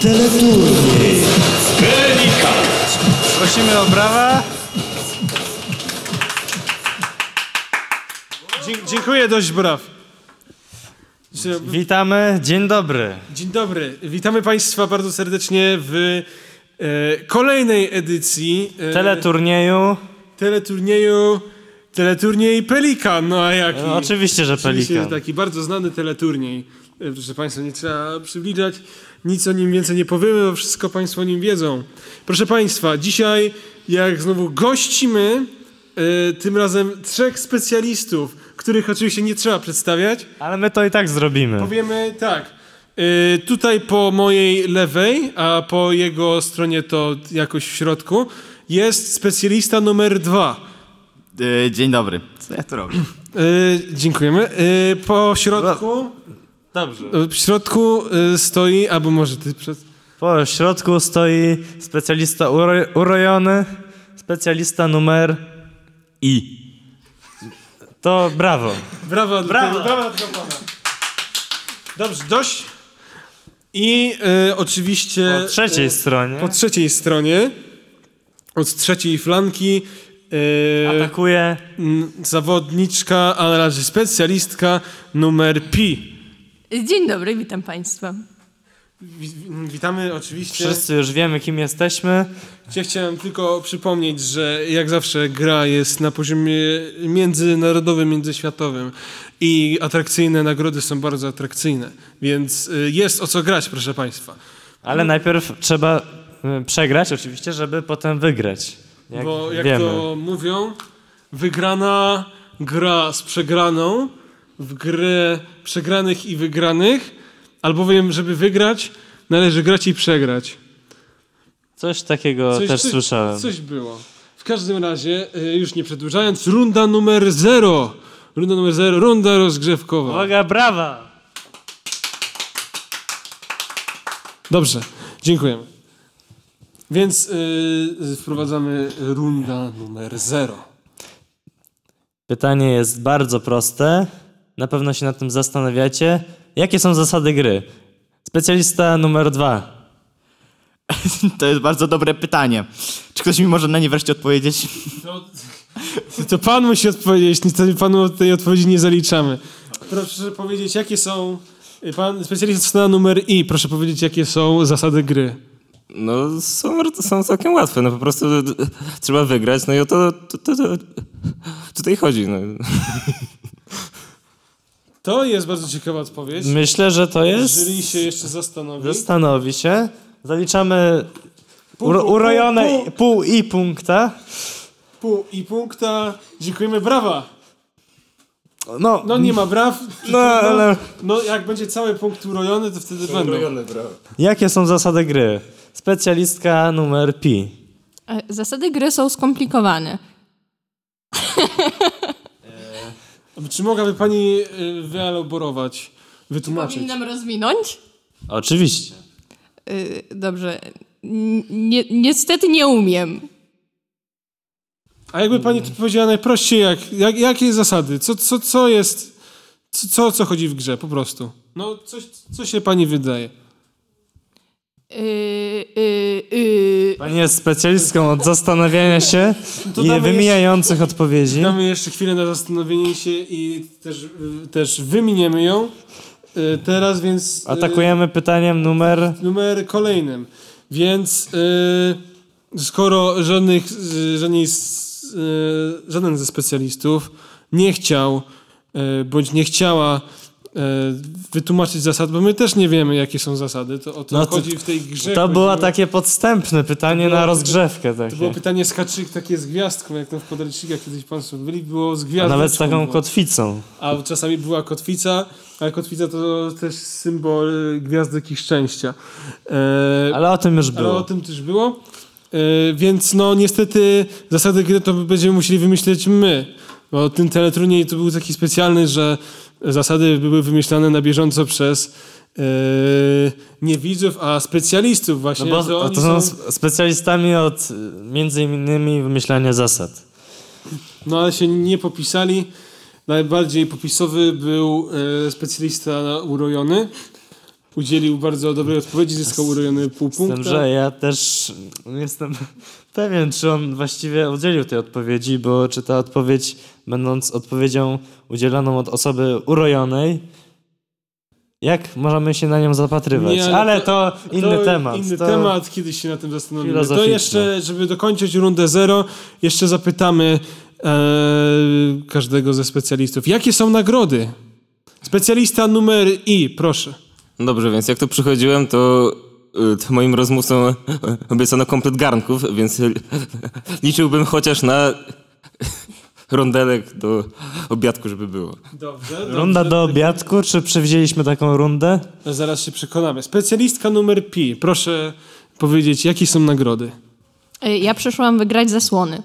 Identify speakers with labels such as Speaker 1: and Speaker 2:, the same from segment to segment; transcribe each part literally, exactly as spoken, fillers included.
Speaker 1: Teleturniej.
Speaker 2: Pelikan.
Speaker 3: Prosimy o brawa. Dzie- dziękuję, dość braw.
Speaker 4: Witamy, dzień dobry.
Speaker 3: Dzień dobry. Witamy Państwa bardzo serdecznie w e, kolejnej edycji e,
Speaker 4: Teleturnieju.
Speaker 3: teleturnieju Teleturniej Pelikan. No a jaki?
Speaker 4: No, oczywiście, że
Speaker 3: Oczywiście,
Speaker 4: Pelikan.
Speaker 3: że taki bardzo znany teleturniej. E, Proszę Państwa, nie trzeba przybliżać. Nic o nim więcej nie powiemy, bo wszystko Państwo o nim wiedzą. Proszę Państwa, dzisiaj jak znowu gościmy e, tym razem trzech specjalistów, których oczywiście nie trzeba przedstawiać.
Speaker 4: Ale my to i tak zrobimy.
Speaker 3: Powiemy tak. Y, tutaj po mojej lewej, a po jego stronie to jakoś w środku, jest specjalista numer dwa.
Speaker 5: Yy, dzień dobry. Co ja tu robię?
Speaker 3: Y, dziękujemy. Y, po środku...
Speaker 4: Dobrze.
Speaker 3: W środku y, stoi, albo może ty przed...
Speaker 4: Po środku stoi specjalista uro- urojony, specjalista numer I. To brawo.
Speaker 3: Brawo, dla
Speaker 4: Brawo.
Speaker 3: tego, brawo dla tego pana. Dobrze, dość. I y, oczywiście...
Speaker 4: Po trzeciej
Speaker 3: y,
Speaker 4: stronie
Speaker 3: Po trzeciej stronie, od trzeciej flanki... y,
Speaker 4: atakuje
Speaker 3: Mm, zawodniczka, a na razie specjalistka numer Pi.
Speaker 6: Dzień dobry, witam Państwa.
Speaker 3: Wi- wi- witamy oczywiście.
Speaker 4: Wszyscy już wiemy, kim jesteśmy.
Speaker 3: Ja chciałem tylko przypomnieć, że jak zawsze gra jest na poziomie międzynarodowym, międzyświatowym i atrakcyjne nagrody są bardzo atrakcyjne, więc y, jest o co grać, proszę Państwa.
Speaker 4: Ale najpierw trzeba y, przegrać oczywiście, żeby potem wygrać. Jak
Speaker 3: Bo jak
Speaker 4: wiemy.
Speaker 3: to mówią, wygrana gra z przegraną w grę przegranych i wygranych, albowiem, żeby wygrać, należy grać i przegrać.
Speaker 4: Coś takiego
Speaker 3: Coś,
Speaker 4: też
Speaker 3: coś,
Speaker 4: słyszałem.
Speaker 3: Coś było. W każdym razie, y, już nie przedłużając, runda numer zero. Runda numer zero, runda rozgrzewkowa.
Speaker 4: Uwaga, brawa!
Speaker 3: Dobrze, dziękujemy. Więc y, wprowadzamy runda numer zero.
Speaker 4: Pytanie jest bardzo proste. Na pewno się nad tym zastanawiacie. Jakie są zasady gry? Specjalista numer dwa.
Speaker 5: To jest bardzo dobre pytanie. Czy ktoś mi może na nie wreszcie odpowiedzieć?
Speaker 3: To, to pan musi odpowiedzieć, niestety panu tej odpowiedzi nie zaliczamy. Proszę powiedzieć, jakie są... Pan specjalista numer I, proszę powiedzieć, jakie są zasady gry.
Speaker 7: No, są, są całkiem łatwe. No po prostu trzeba wygrać, no i o to, to, to, to tutaj chodzi. No.
Speaker 3: To jest bardzo ciekawa odpowiedź.
Speaker 4: Myślę, że to jest...
Speaker 3: Jeżeli się jeszcze zastanowi.
Speaker 4: Zastanowi się. Zaliczamy
Speaker 3: Pół,
Speaker 4: uro,
Speaker 3: pół,
Speaker 4: urojone
Speaker 3: pół,
Speaker 4: pół, pół i punkta.
Speaker 3: Pół i punkta. Dziękujemy, brawa.
Speaker 4: No,
Speaker 3: No nie ma braw.
Speaker 4: no ale...
Speaker 3: No jak będzie cały punkt urojony, to wtedy będą.
Speaker 4: Jakie są zasady gry? Specjalistka numer Pi.
Speaker 6: E, Zasady gry są skomplikowane.
Speaker 3: Czy mogłaby pani y, wyelaborować, wytłumaczyć?
Speaker 6: Powinnam rozwinąć?
Speaker 4: Oczywiście.
Speaker 6: Y, Dobrze. N- Nie, niestety nie umiem.
Speaker 3: A jakby pani to powiedziała najprościej, jak, jak, jakie zasady? Co, co, co jest, co, co, co chodzi w grze po prostu? No coś, co się pani wydaje?
Speaker 6: Y, y, y.
Speaker 4: Pani jest specjalistką od zastanawiania się
Speaker 3: To
Speaker 4: i
Speaker 3: damy
Speaker 4: wymijających odpowiedzi.
Speaker 3: Damy jeszcze chwilę na zastanowienie się i też, y, też wyminiemy ją y, teraz, więc... y,
Speaker 4: Atakujemy pytaniem numer...
Speaker 3: numer kolejnym. Więc y, skoro żadnych, y, żadnej, z- y, żaden ze specjalistów nie chciał y, bądź nie chciała y, wytłumaczyć zasad, bo my też nie wiemy, jakie są zasady, to o to
Speaker 4: No to-
Speaker 3: chodzi w tej grze.
Speaker 4: To było
Speaker 3: chodziło-
Speaker 4: takie podstępne pytanie
Speaker 3: To było-
Speaker 4: na rozgrzewkę.
Speaker 3: To było
Speaker 4: Takie.
Speaker 3: pytanie z haczyk, takie z gwiazdką, jak to w podręcznikach kiedyś państwo byli, było z
Speaker 4: A
Speaker 3: gwiazdką.
Speaker 4: nawet z taką kotwicą.
Speaker 3: A czasami była kotwica, ale kotwica to też symbol y, gwiazdek i szczęścia. E,
Speaker 4: Ale o tym już
Speaker 3: Ale o
Speaker 4: było.
Speaker 3: tym też było. Yy, więc no niestety zasady gry to będziemy musieli wymyśleć my. Bo ten teleturniej to był taki specjalny, że zasady były wymyślane na bieżąco przez yy, nie widzów, a specjalistów właśnie.
Speaker 4: No bo
Speaker 3: to
Speaker 4: to
Speaker 3: oni
Speaker 4: są
Speaker 3: są,
Speaker 4: sp- specjalistami od y, między innymi wymyślania zasad.
Speaker 3: no ale się nie popisali. Najbardziej popisowy był yy, specjalista urojony. udzielił bardzo dobrej odpowiedzi, zyskał urojony pół
Speaker 4: Z tym,
Speaker 3: punkta.
Speaker 4: że ja też jestem pewien, czy on właściwie udzielił tej odpowiedzi, bo czy ta odpowiedź, będąc odpowiedzią udzieloną od osoby urojonej, jak możemy się na nią zapatrywać?
Speaker 3: Nie, ale
Speaker 4: ale
Speaker 3: to-
Speaker 4: to, inny
Speaker 3: to
Speaker 4: temat.
Speaker 3: Inny
Speaker 4: to...
Speaker 3: temat, kiedyś się na tym zastanowimy. To
Speaker 4: filozoficzne.
Speaker 3: jeszcze, żeby dokończyć rundę zero, jeszcze zapytamy e, każdego ze specjalistów. Jakie są nagrody? Specjalista numer I, proszę.
Speaker 7: Dobrze, więc jak tu przychodziłem, to, y, to moim rozmówcom obiecano komplet garnków, więc liczyłbym chociaż na rondelek do obiadku, żeby było.
Speaker 3: Dobrze.
Speaker 4: Runda
Speaker 3: dobrze.
Speaker 4: do obiadku, czy przewidzieliśmy taką rundę?
Speaker 3: Zaraz się przekonamy. Specjalistka numer P, proszę powiedzieć, jakie są nagrody?
Speaker 6: Y, Ja przyszłam wygrać zasłony.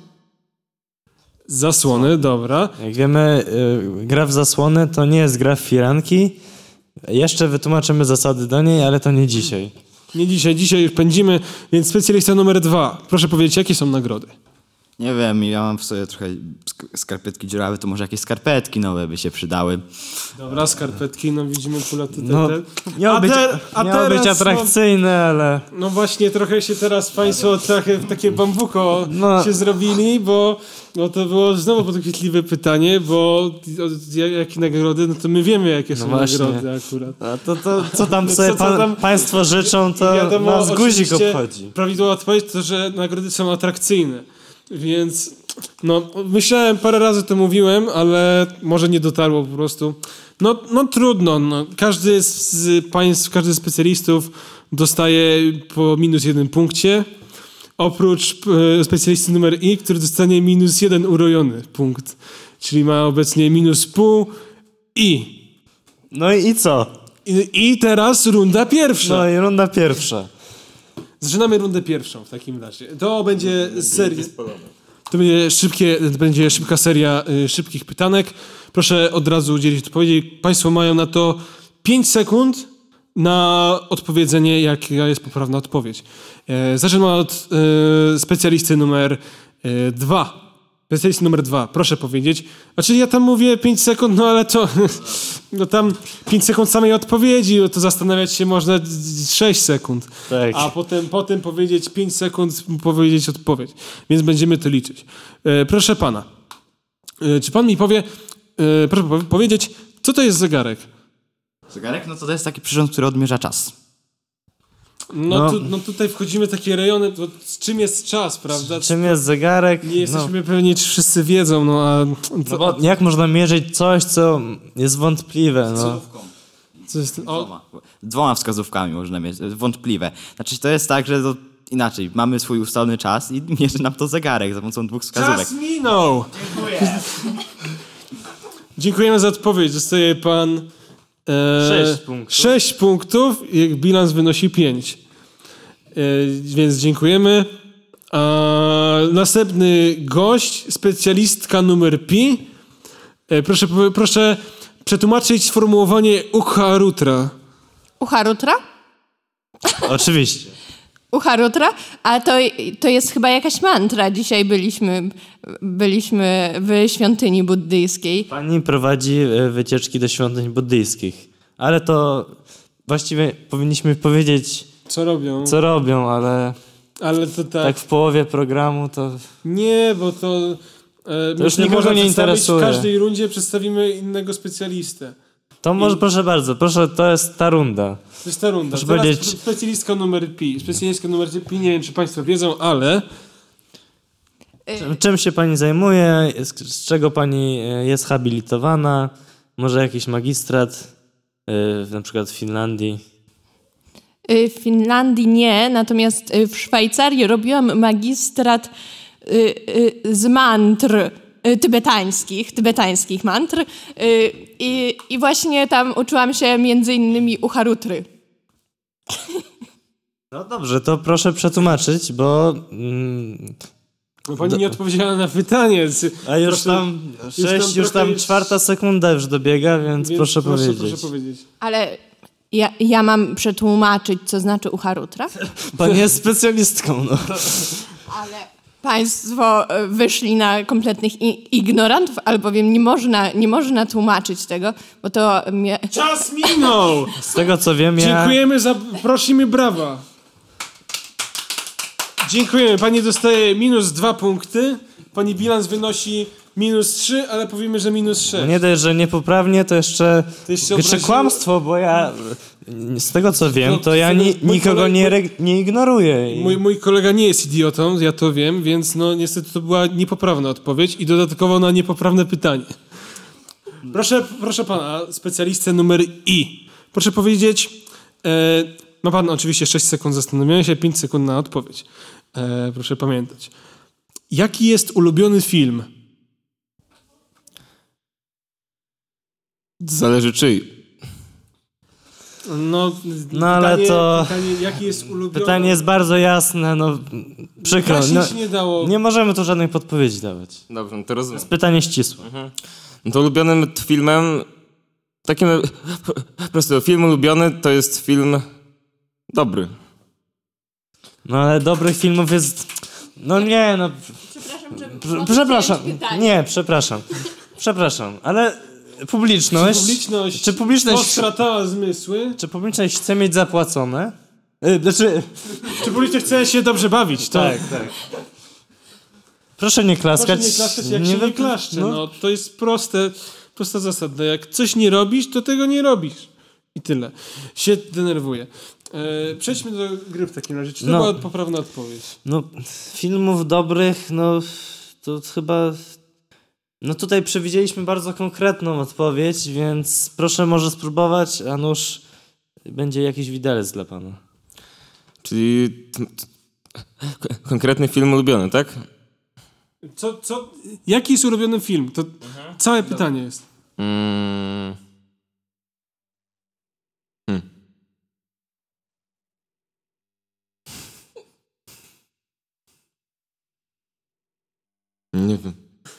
Speaker 3: Zasłony, dobra.
Speaker 4: Jak wiemy, y, gra w zasłony to nie jest gra w firanki. Jeszcze wytłumaczymy zasady do niej, ale to nie dzisiaj.
Speaker 3: Nie dzisiaj, dzisiaj już pędzimy, więc specjalista numer dwa. Proszę powiedzieć, jakie są nagrody?
Speaker 5: Nie wiem, ja mam w sobie trochę sk- skarpetki dziurawe, to może jakieś skarpetki nowe by się przydały.
Speaker 3: Dobra, skarpetki, no widzimy pula te,
Speaker 4: No,
Speaker 3: te.
Speaker 4: miało
Speaker 3: A
Speaker 4: być,
Speaker 3: te- a
Speaker 4: miało być
Speaker 3: teraz
Speaker 4: atrakcyjne, ale...
Speaker 3: No właśnie, trochę się teraz państwo trochę w takie bambuko
Speaker 4: No.
Speaker 3: się zrobili, bo no to było znowu podchwytliwe pytanie, bo o, ja- jakie nagrody, no to my wiemy, jakie są
Speaker 4: właśnie.
Speaker 3: nagrody akurat.
Speaker 4: A to, to co tam
Speaker 3: Co-
Speaker 4: sobie
Speaker 3: co
Speaker 4: pan,
Speaker 3: tam-
Speaker 4: państwo życzą, to
Speaker 3: Wiadomo,
Speaker 4: nas guzik
Speaker 3: oczywiście
Speaker 4: obchodzi.
Speaker 3: Prawidłowa odpowiedź to, że nagrody są atrakcyjne. Więc no, myślałem, parę razy to mówiłem, ale może nie dotarło po prostu. No, no trudno. No. Każdy z, z państw, każdy z specjalistów dostaje po minus jednym punkcie. Oprócz e, specjalisty numer I, który dostanie minus jeden urojony punkt. Czyli ma obecnie minus pół I.
Speaker 4: No i, i co?
Speaker 3: I, I teraz runda pierwsza.
Speaker 4: No i runda pierwsza.
Speaker 3: Zaczynamy rundę pierwszą w takim razie. To będzie seria. To będzie, szybkie, to będzie szybka seria y, szybkich pytanek. Proszę od razu udzielić odpowiedzi. Państwo mają na to pięć sekund na odpowiedzenie, jaka jest poprawna odpowiedź. E, zaczynamy od e, specjalisty numer e, dwa. Specjalisty numer dwa. Proszę powiedzieć. Znaczy ja tam mówię pięć sekund, no ale to no tam pięć sekund samej odpowiedzi, no to zastanawiać się można sześć sekund.
Speaker 4: Tak.
Speaker 3: A potem, potem powiedzieć pięć sekund, powiedzieć odpowiedź. Więc będziemy to liczyć. E, proszę pana, e, czy pan mi powie, e, proszę powie- powiedzieć, co to jest zegarek?
Speaker 5: Zegarek? No to to jest taki przyrząd, który odmierza czas.
Speaker 3: No,
Speaker 4: No.
Speaker 3: Tu, no tutaj wchodzimy w takie rejony, to z czym jest czas, prawda?
Speaker 4: Czym jest zegarek?
Speaker 3: Nie jesteśmy pewni, czy wszyscy wiedzą, no a...
Speaker 4: No,
Speaker 3: To,
Speaker 4: no bo jak można mierzyć coś, co jest wątpliwe? No.
Speaker 3: co jest, o,
Speaker 5: Dwoma, dwoma wskazówkami można mieć, wątpliwe. Znaczy to jest tak, że to inaczej, mamy swój ustalony czas i mierzy nam to zegarek za pomocą dwóch wskazówek.
Speaker 3: czas minął! Dziękuję. Dziękujemy za odpowiedź. Dostaje pan... E,
Speaker 4: Sześć punktów.
Speaker 3: Sześć punktów, jak bilans wynosi pięć. E, więc dziękujemy. A, następny gość, specjalistka numer P. E, proszę, powie- proszę przetłumaczyć sformułowanie Ucharutra.
Speaker 6: Ucharutra?
Speaker 4: Oczywiście.
Speaker 6: Ucharutra? A to, to jest chyba jakaś mantra. Dzisiaj byliśmy, byliśmy w świątyni buddyjskiej.
Speaker 4: Pani prowadzi e, wycieczki do świątyń buddyjskich. Ale to właściwie powinniśmy powiedzieć,
Speaker 3: Co robią?
Speaker 4: co robią, ale
Speaker 3: Ale to tak.
Speaker 4: tak w połowie programu to...
Speaker 3: Nie, bo to... E,
Speaker 4: To już
Speaker 3: nie
Speaker 4: nikogo
Speaker 3: można
Speaker 4: nie
Speaker 3: przedstawić.
Speaker 4: interesuje.
Speaker 3: W każdej rundzie przedstawimy innego specjalistę.
Speaker 4: To może, proszę bardzo, proszę, to jest ta runda.
Speaker 3: To jest ta runda.
Speaker 4: Proszę
Speaker 3: Teraz
Speaker 4: powiedzieć-
Speaker 3: specjalistka numer P. Specjalistka numer P, nie wiem, czy państwo wiedzą, ale...
Speaker 4: Czym, czym się pani zajmuje? Z, z czego pani e, jest habilitowana? Może jakiś magistrat, e, w- na przykład w Finlandii?
Speaker 6: Y, W Finlandii nie, natomiast y, w Szwajcarii robiłam magistrat y, y, z mantr y, tybetańskich, tybetańskich mantr y, i, i właśnie tam uczyłam się między innymi Uharutry.
Speaker 4: No dobrze, to proszę przetłumaczyć, bo... Mm,
Speaker 3: No pani nie odpowiedziała na pytanie. z-
Speaker 4: a już
Speaker 3: proszę-
Speaker 4: tam, sześć, już
Speaker 3: trochę
Speaker 4: tam
Speaker 3: jest-
Speaker 4: czwarta sekunda już dobiega, więc,
Speaker 3: więc
Speaker 4: proszę, powiedzieć.
Speaker 3: Proszę powiedzieć.
Speaker 6: Ale ja, ja mam przetłumaczyć, co znaczy Ucharutra?
Speaker 4: Pani jest specjalistką, no.
Speaker 6: Ale Państwo e, wyszli na kompletnych i- ignorantów, albowiem nie można, nie można tłumaczyć tego, bo to mnie...
Speaker 3: Czas minął!
Speaker 4: Z tego co wiem, ja...
Speaker 3: Dziękujemy za... Prosimy brawa. Dziękujemy. Pani dostaje minus dwa punkty. Pani bilans wynosi minus trzy, ale powiemy, że minus sześć.
Speaker 4: Nie dość, że niepoprawnie, to jeszcze,
Speaker 3: To jeszcze
Speaker 4: jeszcze
Speaker 3: obraziło-
Speaker 4: kłamstwo, bo ja... Z tego co wiem,
Speaker 3: No,
Speaker 4: to ja
Speaker 3: z tego-
Speaker 4: ni-
Speaker 3: mój
Speaker 4: nikogo
Speaker 3: koleg-
Speaker 4: nie, re- nie ignoruję. I...
Speaker 3: Mój, mój kolega nie jest idiotą, ja to wiem, więc no niestety to była niepoprawna odpowiedź i dodatkowo na niepoprawne pytanie. Proszę, proszę pana, specjalistę numer I. Proszę powiedzieć, e, ma pan oczywiście sześć sekund zastanowienia się, pięć sekund na odpowiedź. E, proszę pamiętać. Jaki jest ulubiony film?
Speaker 7: Zależy czyj.
Speaker 3: No,
Speaker 4: No, ale
Speaker 3: pytanie,
Speaker 4: to-
Speaker 3: Pytanie, jaki jest ulubiony?
Speaker 4: Pytanie jest bardzo jasne, no przykro.
Speaker 3: Wyjaśnić
Speaker 4: No,
Speaker 3: się nie dało.
Speaker 4: nie możemy tu żadnych podpowiedzi dawać.
Speaker 7: Dobrze, no to rozumiem.
Speaker 4: Pytanie ścisłe.
Speaker 7: No to ulubionym t- filmem, takim po prostu film ulubiony to jest film dobry.
Speaker 4: No ale dobrych filmów jest... No nie, no...
Speaker 6: Przepraszam, że
Speaker 4: Prze- Przepraszam. Nie, przepraszam. Przepraszam, ale publiczność...
Speaker 3: Publiczność,
Speaker 4: Czy publiczność...
Speaker 3: postratała zmysły.
Speaker 4: Czy publiczność chce mieć zapłacone? Yy, znaczy...
Speaker 3: Czy publiczność chce się dobrze bawić? To...
Speaker 4: Tak, tak. Proszę nie klaskać.
Speaker 3: Proszę nie klaskać, jak się
Speaker 4: wy-
Speaker 3: nie klaszcze.
Speaker 4: no.
Speaker 3: No, to jest proste, prosta zasada. Jak coś nie robisz, to tego nie robisz. I tyle. Się denerwuje. E, przejdźmy do gry w takim razie. Czy to
Speaker 4: No.
Speaker 3: była poprawna odpowiedź?
Speaker 4: No, filmów dobrych, no to chyba... No tutaj przewidzieliśmy bardzo konkretną odpowiedź, więc proszę może spróbować, a nuż będzie jakiś widelec dla pana.
Speaker 7: Czyli t- t- konkretny film ulubiony, tak?
Speaker 3: Co, co, jaki jest ulubiony film? To całe pytanie jest.
Speaker 7: Mm. Hmm. Nie wiem.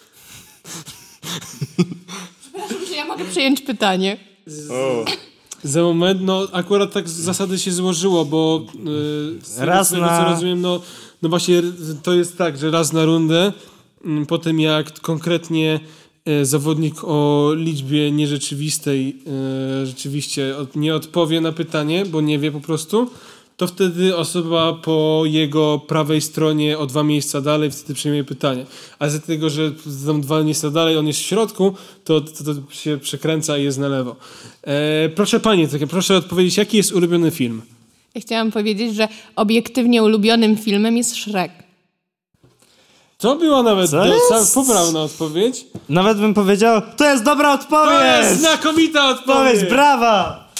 Speaker 6: Przepraszam, że ja mogę przejąć pytanie.
Speaker 3: Za moment, no akurat tak z zasady się złożyło, bo yy, z tego,
Speaker 4: Raz
Speaker 3: z tego
Speaker 4: na-
Speaker 3: co rozumiem, no, no właśnie to jest tak, że raz na rundę, mm, potem jak konkretnie e, zawodnik o liczbie nierzeczywistej e, rzeczywiście od, nie odpowie na pytanie, bo nie wie po prostu, to wtedy osoba po jego prawej stronie o dwa miejsca dalej wtedy przyjmie pytanie. A z tego, że są dwa miejsca dalej, on jest w środku, to, to, to się przekręca i jest na lewo. E, proszę pani, takie, proszę odpowiedzieć, jaki jest ulubiony film?
Speaker 6: Ja chciałam powiedzieć, że obiektywnie ulubionym filmem jest Shrek.
Speaker 3: To była nawet
Speaker 4: Co
Speaker 3: do,
Speaker 4: jest?
Speaker 3: cał- poprawna odpowiedź.
Speaker 4: Nawet bym powiedział, to jest dobra odpowiedź!
Speaker 3: To jest znakomita odpowiedź!
Speaker 4: Odpowiedź, brawa!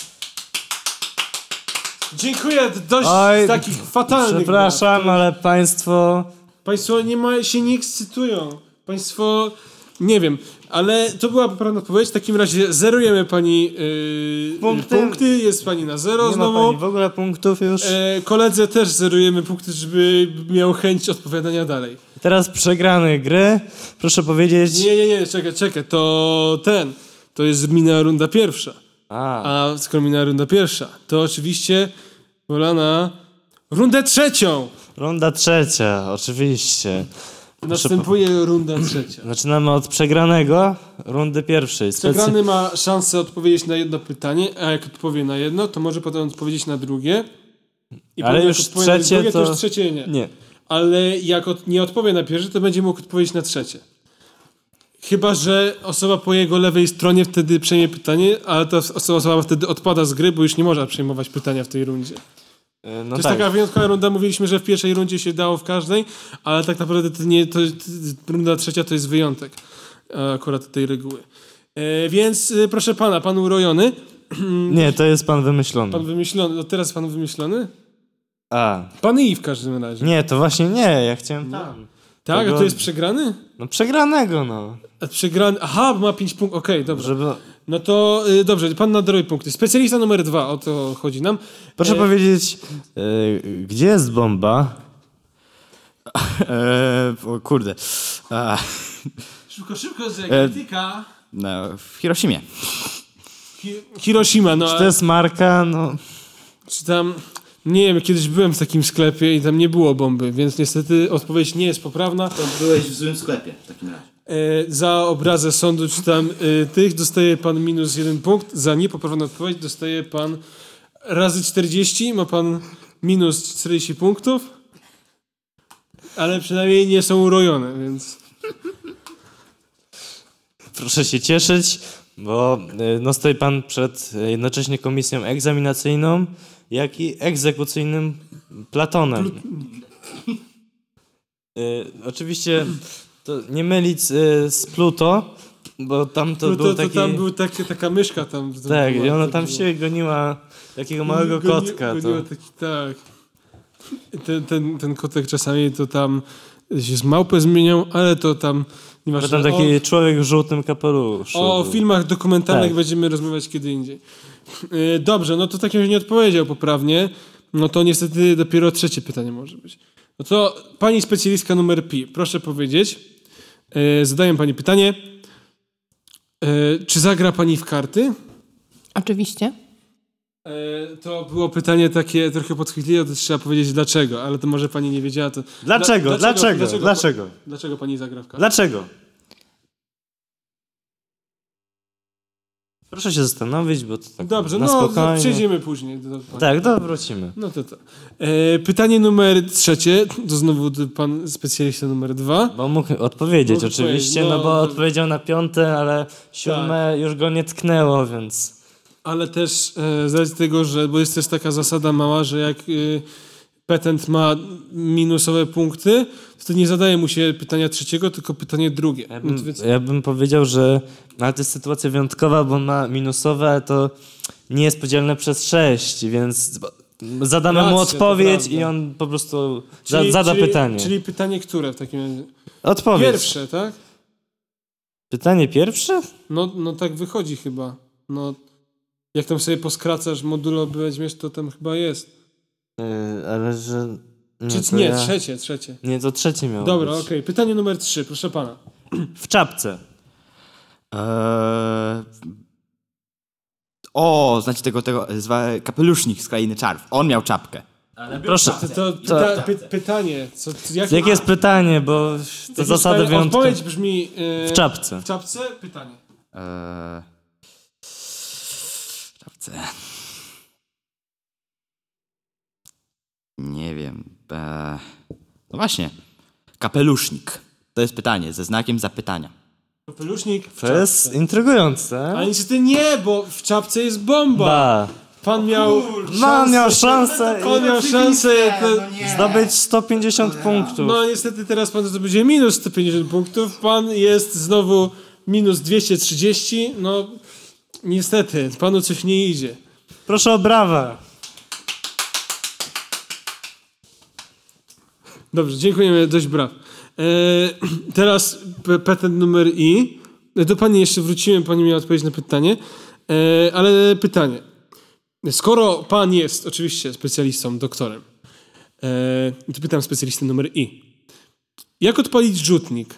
Speaker 3: Dziękuję, dość
Speaker 4: Oj,
Speaker 3: takich fatalnych.
Speaker 4: Przepraszam, ale państwo...
Speaker 3: Państwo nie ma, się nie ekscytują. Państwo, nie wiem, ale to była poprawna odpowiedź. W takim razie zerujemy pani yy,
Speaker 4: Punkty.
Speaker 3: punkty. Jest pani na zero
Speaker 4: Nie ma
Speaker 3: znowu.
Speaker 4: pani w ogóle punktów już.
Speaker 3: E, koledze też zerujemy punkty, żeby miał chęć odpowiadania dalej.
Speaker 4: Teraz przegrany gry. Proszę powiedzieć...
Speaker 3: Nie, nie, nie, czekaj, czekaj, to ten, to jest minęła runda pierwsza.
Speaker 4: A,
Speaker 3: A skoro minęła runda pierwsza, to oczywiście pola na rundę trzecią.
Speaker 4: runda trzecia, oczywiście. Proszę
Speaker 3: Następuje runda trzecia.
Speaker 4: Zaczynamy od przegranego rundy pierwszej. Specy...
Speaker 3: Przegrany ma szansę odpowiedzieć na jedno pytanie, a jak odpowie na jedno, to może potem odpowiedzieć na drugie. I
Speaker 4: Ale
Speaker 3: potem
Speaker 4: już
Speaker 3: jak odpowie na
Speaker 4: trzecie
Speaker 3: drugie, to...
Speaker 4: to-
Speaker 3: już trzecie nie.
Speaker 4: Nie.
Speaker 3: Ale jak od... nie odpowie na pierwsze, to będzie mógł odpowiedzieć na trzecie. Chyba że osoba po jego lewej stronie wtedy przejmie pytanie, ale ta osoba, osoba wtedy odpada z gry, bo już nie można przejmować pytania w tej rundzie.
Speaker 4: No
Speaker 3: To jest
Speaker 4: tak.
Speaker 3: taka wyjątkowa runda, mówiliśmy, że w pierwszej rundzie się dało w każdej, ale tak naprawdę to nie, to, to, runda trzecia to jest wyjątek e, akurat tej reguły. E, więc e, proszę pana, pan urojony,
Speaker 4: Nie, to jest pan wymyślony.
Speaker 3: pan wymyślony, no teraz pan wymyślony?
Speaker 4: A,
Speaker 3: Pan I w każdym razie.
Speaker 4: nie, to właśnie nie, ja chciałem tam.
Speaker 3: Tak,
Speaker 4: tego-
Speaker 3: a to jest przegrany?
Speaker 4: No przegranego, no.
Speaker 3: A przegrany, aha, bo ma pięć punktów, okej, dobrze.
Speaker 4: Żeby...
Speaker 3: No to y, dobrze, pan na drogie punkty. Specjalista numer dwa, o to chodzi nam.
Speaker 4: Proszę
Speaker 3: E,
Speaker 4: powiedzieć, e, gdzie jest bomba?
Speaker 5: Eee, o kurde. A,
Speaker 3: Szybko, szybko, że
Speaker 5: E,
Speaker 3: krytyka.
Speaker 5: no, w Hiroshimie.
Speaker 3: Hi- Hiroshima, no
Speaker 4: Czy
Speaker 3: a
Speaker 4: to jest marka? No,
Speaker 3: czy tam... Nie wiem, kiedyś byłem w takim sklepie i tam nie było bomby, więc niestety odpowiedź nie jest poprawna.
Speaker 5: To byłeś w złym sklepie w takim razie.
Speaker 3: E, za obrazę sądu czy tam e, tych dostaje pan minus jeden punkt, za niepoprawną odpowiedź dostaje pan razy czterdzieści, ma pan minus czterdzieści punktów, ale przynajmniej nie są urojone, więc...
Speaker 4: Proszę się cieszyć, bo y, no stoi pan przed y, jednocześnie komisją egzaminacyjną, jak i egzekucyjnym Platonem. Y, oczywiście to nie mylić y, z Pluto, bo tam to
Speaker 3: No
Speaker 4: był
Speaker 3: to, to
Speaker 4: taki...
Speaker 3: tam był taki, taka myszka tam. tam
Speaker 4: Tak,
Speaker 3: była,
Speaker 4: i ona
Speaker 3: to
Speaker 4: tam
Speaker 3: było.
Speaker 4: się goniła takiego małego
Speaker 3: Goni-
Speaker 4: kotka.
Speaker 3: goniła
Speaker 4: To...
Speaker 3: taki, tak. Ten, ten, ten kotek czasami to tam się z małpę zmieniał, ale to tam...
Speaker 4: Bo
Speaker 3: Nieważne.
Speaker 4: tam taki
Speaker 3: O,
Speaker 4: człowiek w żółtym kapeluszu.
Speaker 3: o
Speaker 4: był.
Speaker 3: filmach dokumentalnych
Speaker 4: Tak.
Speaker 3: będziemy rozmawiać kiedy indziej. Yy, dobrze, no to w takim razie nie odpowiedział poprawnie. No to niestety dopiero trzecie pytanie może być. No to pani specjalistka numer Pi, proszę powiedzieć. Yy, zadaję pani pytanie. Yy, czy zagra pani w karty?
Speaker 6: Oczywiście.
Speaker 3: E, To było pytanie takie trochę podchwytliwe, to trzeba powiedzieć dlaczego, ale to może pani nie wiedziała. To...
Speaker 4: Dlaczego?
Speaker 3: Dla-
Speaker 4: Dlaczego?
Speaker 3: Dlaczego?
Speaker 4: Dlaczego?
Speaker 3: Dlaczego pani zagra w karty?
Speaker 4: Dlaczego? Proszę się zastanowić, bo to tak
Speaker 3: Dobrze,
Speaker 4: na
Speaker 3: no
Speaker 4: spokojnie.
Speaker 3: przejdziemy później. Do, do,
Speaker 4: Tak, to wrócimy.
Speaker 3: No to to. E, pytanie numer trzecie, to znowu pan specjalista numer dwa.
Speaker 4: Bo mógł odpowiedzieć
Speaker 3: Mógł
Speaker 4: oczywiście,
Speaker 3: odpowiedzieć,
Speaker 4: no,
Speaker 3: no,
Speaker 4: bo
Speaker 3: to-
Speaker 4: odpowiedział na piąte, ale siódme już go nie tknęło, więc...
Speaker 3: Ale też e, z racji tego, że, bo jest też taka zasada mała, że jak e, petent ma minusowe punkty, to nie zadaje mu się pytania trzeciego, tylko pytanie drugie.
Speaker 4: Ja
Speaker 3: No to
Speaker 4: bym,
Speaker 3: więc-
Speaker 4: ja bym powiedział, że ale to jest sytuacja wyjątkowa, bo on ma minusowe, ale to nie jest podzielne przez sześć, więc zadamy mu
Speaker 3: Racja, to
Speaker 4: odpowiedź
Speaker 3: prawda.
Speaker 4: i on po prostu za,
Speaker 3: Czyli-
Speaker 4: zada
Speaker 3: czyli,
Speaker 4: pytanie.
Speaker 3: Czyli pytanie które w takim razie?
Speaker 4: Odpowiedź.
Speaker 3: Pierwsze, tak?
Speaker 4: Pytanie pierwsze?
Speaker 3: No, no tak wychodzi chyba. No, jak tam sobie poskracasz modulo weźmiesz, to tam chyba jest.
Speaker 4: Yy, ale że... Nie,
Speaker 3: Czy
Speaker 4: to
Speaker 3: nie,
Speaker 4: ja...
Speaker 3: trzecie, trzecie.
Speaker 4: Nie, to trzecie miało
Speaker 3: Dobra,
Speaker 4: być.
Speaker 3: okej. Pytanie numer trzy, proszę pana.
Speaker 4: W czapce.
Speaker 5: Eee... O, znacie tego, tego zwa, kapelusznik z Krainy Czarów. On miał czapkę.
Speaker 4: Proszę.
Speaker 3: To, to, pyta, py, pytanie. Co, co, jak,
Speaker 4: Jakie jest pytanie, bo to
Speaker 3: jakieś
Speaker 4: zasady
Speaker 3: pytanie-
Speaker 4: wyjątkowe.
Speaker 3: Odpowiedź brzmi... e,
Speaker 4: W czapce.
Speaker 3: W czapce? Pytanie.
Speaker 5: Eee... W czapce. Nie wiem. Eee... No właśnie. Kapelusznik. To jest pytanie ze znakiem zapytania.
Speaker 3: Kapelusznik w
Speaker 4: To jest
Speaker 3: czapce.
Speaker 4: intrygujące.
Speaker 3: Ale niestety nie, bo w czapce jest bomba.
Speaker 4: Ba.
Speaker 3: Pan miał
Speaker 4: Man miał szansę
Speaker 3: Pan miał szansę... To,
Speaker 4: zdobyć sto pięćdziesiąt punktów.
Speaker 3: no niestety teraz pan to będzie minus sto pięćdziesiąt punktów. Pan jest znowu minus dwieście trzydzieści. No niestety, panu coś nie idzie.
Speaker 4: Proszę o brawa.
Speaker 3: Dobrze, dziękujemy, dość braw. E, teraz p- petent numer I. Do pani jeszcze wróciłem, pani miała odpowiedzieć na pytanie. E, ale pytanie. Skoro pan jest oczywiście specjalistą, doktorem, e, to pytam specjalistę numer I. Jak odpalić rzutnik?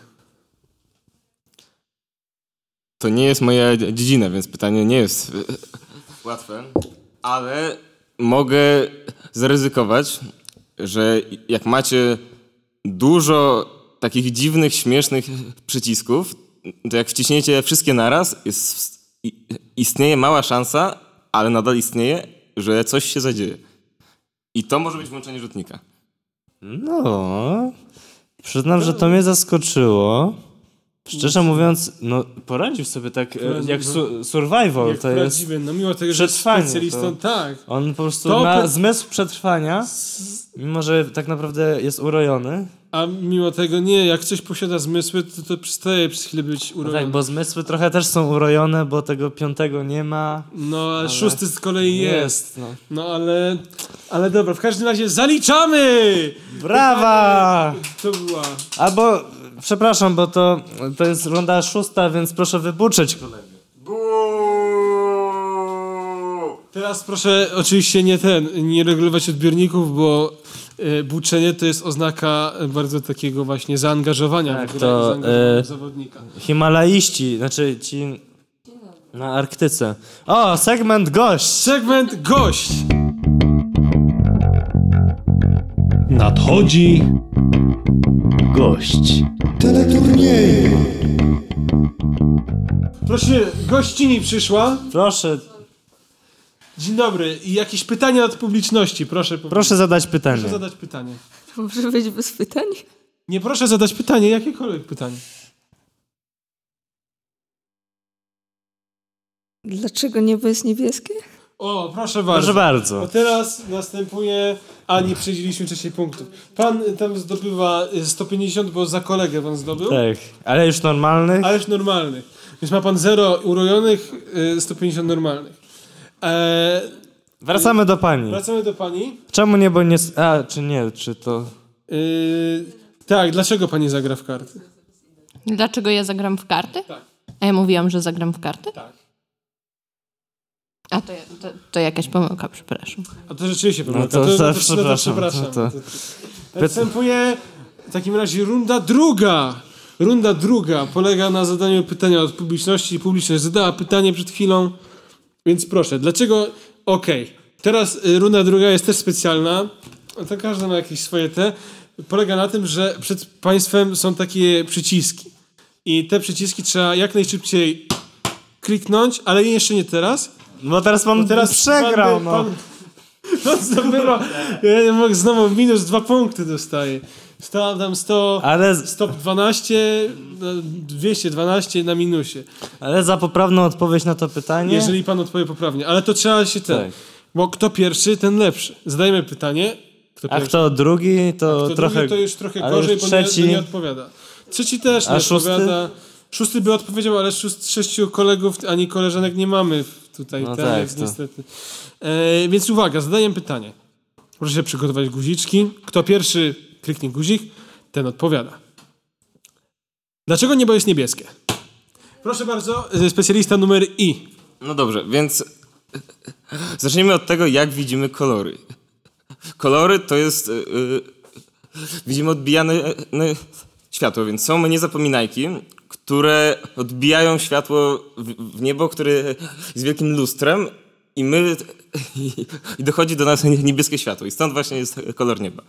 Speaker 7: To nie jest moja dziedzina, więc pytanie nie jest łatwe, ale mogę zaryzykować, że jak macie dużo takich dziwnych, śmiesznych przycisków, to jak wciśniecie wszystkie naraz, jest, istnieje mała szansa, ale nadal istnieje, że coś się zadzieje. I to może być włączenie rzutnika.
Speaker 4: No, przyznam, że to mnie zaskoczyło. Szczerze mówiąc, no poradził sobie tak e, jak su- survival,
Speaker 3: Jak
Speaker 4: to jest...
Speaker 3: prawdziwy, no mimo tego, że jest
Speaker 4: przetrwanie,
Speaker 3: specjalistą,
Speaker 4: to-
Speaker 3: tak.
Speaker 4: On po prostu
Speaker 3: To
Speaker 4: ma
Speaker 3: pe-
Speaker 4: zmysł przetrwania, mimo że tak naprawdę jest urojony.
Speaker 3: A mimo tego nie, jak coś posiada zmysły, to, to przestaje przez chwilę być
Speaker 4: No
Speaker 3: urojony.
Speaker 4: tak, bo zmysły trochę też są urojone, bo tego piątego nie ma.
Speaker 3: No, a szósty z kolei jest.
Speaker 4: Jest, no.
Speaker 3: No ale, ale dobra, w każdym razie zaliczamy!
Speaker 4: Brawa!
Speaker 3: To była...
Speaker 4: Albo, przepraszam, bo to, to jest runda szósta, więc proszę wybuczeć kolegę.
Speaker 3: Teraz proszę oczywiście nie ten, nie regulować odbiorników, bo e, buczenie to jest oznaka bardzo takiego właśnie zaangażowania
Speaker 4: Tak,
Speaker 3: w grę,
Speaker 4: to,
Speaker 3: zaangażowania
Speaker 4: e,
Speaker 3: zawodnika.
Speaker 4: Himalaiści, znaczy ci na Arktyce. O, segment gość!
Speaker 3: Segment gość!
Speaker 2: Wchodzi gość.
Speaker 3: Proszę, gościni przyszła.
Speaker 4: Proszę,
Speaker 3: Dzień dobry. I jakieś pytania od publiczności, proszę.
Speaker 4: proszę zadać pytanie.
Speaker 3: Proszę zadać pytanie.
Speaker 1: Może być bez pytań?
Speaker 3: Nie, proszę zadać pytanie, jakiekolwiek pytanie.
Speaker 1: Dlaczego niebo jest niebieskie?
Speaker 3: O, proszę bardzo.
Speaker 4: Proszę bardzo.
Speaker 3: Bo teraz następuje... A, nie przyjęliśmy wcześniej punktów. Pan tam zdobywa y, sto pięćdziesiąt, bo za kolegę pan zdobył.
Speaker 4: Tak, ale już normalnych?
Speaker 3: Ale już normalnych. Więc ma pan zero urojonych, y, sto pięćdziesiąt normalnych. Eee,
Speaker 4: Wracamy do pani.
Speaker 3: wracamy do pani.
Speaker 4: Czemu niebo nie... s- A, czy nie, czy to...
Speaker 3: Yy, tak, dlaczego pani zagra w karty?
Speaker 6: Dlaczego ja zagram w karty?
Speaker 3: Tak.
Speaker 6: A ja mówiłam, że zagram w karty?
Speaker 3: Tak.
Speaker 6: A to, to, to jakaś pomyłka, przepraszam.
Speaker 3: A to rzeczywiście pomyłka.
Speaker 4: to- to
Speaker 3: to,
Speaker 4: przepraszam,
Speaker 3: przepraszam.
Speaker 4: to- to-
Speaker 3: Następuje w takim razie runda druga. Runda druga polega na zadaniu pytania od publiczności. Publiczność zadała pytanie przed chwilą. Więc proszę, dlaczego... Okej. Teraz y, runda druga jest też specjalna. To każdy ma jakieś swoje te. Polega na tym, że przed państwem są takie przyciski. I te przyciski trzeba jak najszybciej kliknąć, ale jeszcze nie teraz.
Speaker 4: Bo teraz pan
Speaker 3: Bo teraz
Speaker 4: przegrał,
Speaker 3: pan,
Speaker 4: no.
Speaker 3: Pan, pan zdobywa, ja nie mogę, znowu minus dwa punkty dostaję. Stałem tam sto,
Speaker 4: Ale,
Speaker 3: sto dwanaście, dwieście dwanaście na minusie.
Speaker 4: ale za poprawną odpowiedź na to pytanie...
Speaker 3: Jeżeli pan odpowie poprawnie. Ale to trzeba się ten...
Speaker 4: Tak.
Speaker 3: Bo kto pierwszy, ten lepszy. Zadajmy pytanie. Kto
Speaker 4: A
Speaker 3: pierwszy.
Speaker 4: kto drugi, to
Speaker 3: Kto
Speaker 4: trochę...
Speaker 3: drugi, to już trochę
Speaker 4: ale
Speaker 3: gorzej,
Speaker 4: już
Speaker 3: bo
Speaker 4: trzeci...
Speaker 3: nie, nie odpowiada. Trzeci też nie
Speaker 4: A szósty?
Speaker 3: odpowiada. Szósty by odpowiedział, ale szóst, sześciu kolegów ani koleżanek nie mamy tutaj.
Speaker 4: No
Speaker 3: tak,
Speaker 4: tak,
Speaker 3: jest
Speaker 4: to-
Speaker 3: niestety. E, więc uwaga, zadaję pytanie. Proszę się przygotować guziczki. Kto pierwszy kliknie guzik, ten odpowiada. Dlaczego niebo jest niebieskie? Proszę bardzo, e, specjalista numer I.
Speaker 7: No dobrze, więc zacznijmy od tego, jak widzimy kolory. Kolory to jest... Yy, widzimy odbijane yy, światło, więc są niezapominajki, które odbijają światło w, w niebo, które jest wielkim lustrem i my... I dochodzi do nas niebieskie światło i stąd właśnie jest kolor nieba.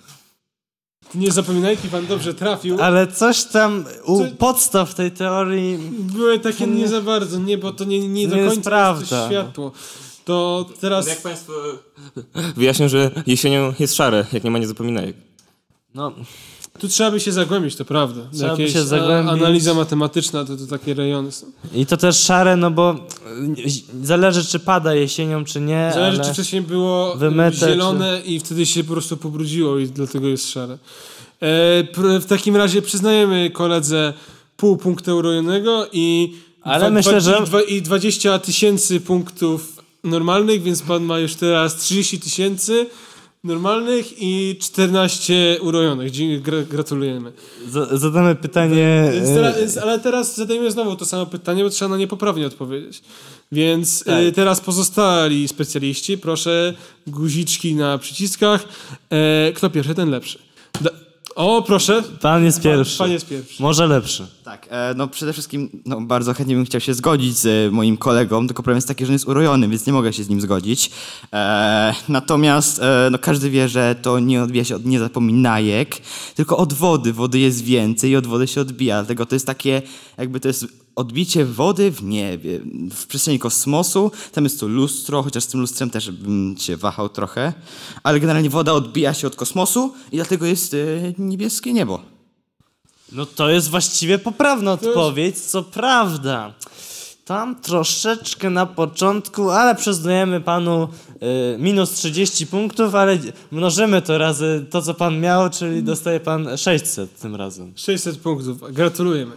Speaker 3: Nie zapominajki, pan dobrze trafił.
Speaker 4: Ale coś tam u
Speaker 3: Co-
Speaker 4: podstaw tej teorii...
Speaker 3: Były takie nie za bardzo, nie, bo to nie, nie,
Speaker 4: nie
Speaker 3: do
Speaker 4: jest
Speaker 3: końca
Speaker 4: prawda.
Speaker 3: jest to światło. To teraz...
Speaker 7: Jak państwo wyjaśnią, że jesienią jest szare, jak nie ma niezapominajek.
Speaker 4: No,
Speaker 3: Tu trzeba by się zagłębić, to prawda.
Speaker 4: Trzeba by
Speaker 3: Jakieś
Speaker 4: się zagłębić.
Speaker 3: A, analiza matematyczna, to, to takie rejony są.
Speaker 4: i to też szare, no bo y, zależy, czy pada jesienią, czy nie,
Speaker 3: Zależy,
Speaker 4: ale...
Speaker 3: czy wcześniej było
Speaker 4: wymyte,
Speaker 3: zielone i wtedy się po prostu pobrudziło i dlatego jest szare. E, pr- w takim razie przyznajemy koledze pół punktu urojonego i,
Speaker 4: Ale myślę, że-
Speaker 3: i, dwa, i dwadzieścia tysięcy punktów normalnych, więc pan ma już teraz trzydzieści tysięcy normalnych i czternaście urojonych. Dzie- gra- gratulujemy.
Speaker 4: Z- zadamy pytanie...
Speaker 3: Więc
Speaker 4: y,
Speaker 3: teraz, więc- ale teraz zadajmy znowu to samo pytanie, bo trzeba na nie poprawnie odpowiedzieć. Więc
Speaker 4: Tak.
Speaker 3: y, teraz pozostali specjaliści, proszę, guziczki na przyciskach. E, kto pierwszy, ten lepszy. Da- o, proszę.
Speaker 4: Pan jest pierwszy.
Speaker 3: Pan, pan jest pierwszy.
Speaker 4: Może lepszy.
Speaker 5: Tak, e, no przede wszystkim no, bardzo chętnie bym chciał się zgodzić z e, moim kolegą, tylko problem jest taki, że on jest urojony, więc nie mogę się z nim zgodzić. E, natomiast e, no, każdy wie, że to nie odbija się od niezapominajek, tylko od wody. Wody jest więcej i od wody się odbija, dlatego to jest takie, jakby to jest odbicie wody w niebie, w przestrzeni kosmosu. Tam jest to lustro, chociaż z tym lustrem też bym się wahał trochę, ale generalnie woda odbija się od kosmosu i dlatego jest e, niebieskie niebo.
Speaker 4: No to jest właściwie poprawna
Speaker 3: jest-
Speaker 4: odpowiedź, co prawda. Tam troszeczkę na początku, ale przyznajemy panu y, minus trzydzieści punktów, ale mnożymy to razy to, co pan miał, czyli dostaje pan sześćset tym razem.
Speaker 3: sześćset punktów. Gratulujemy.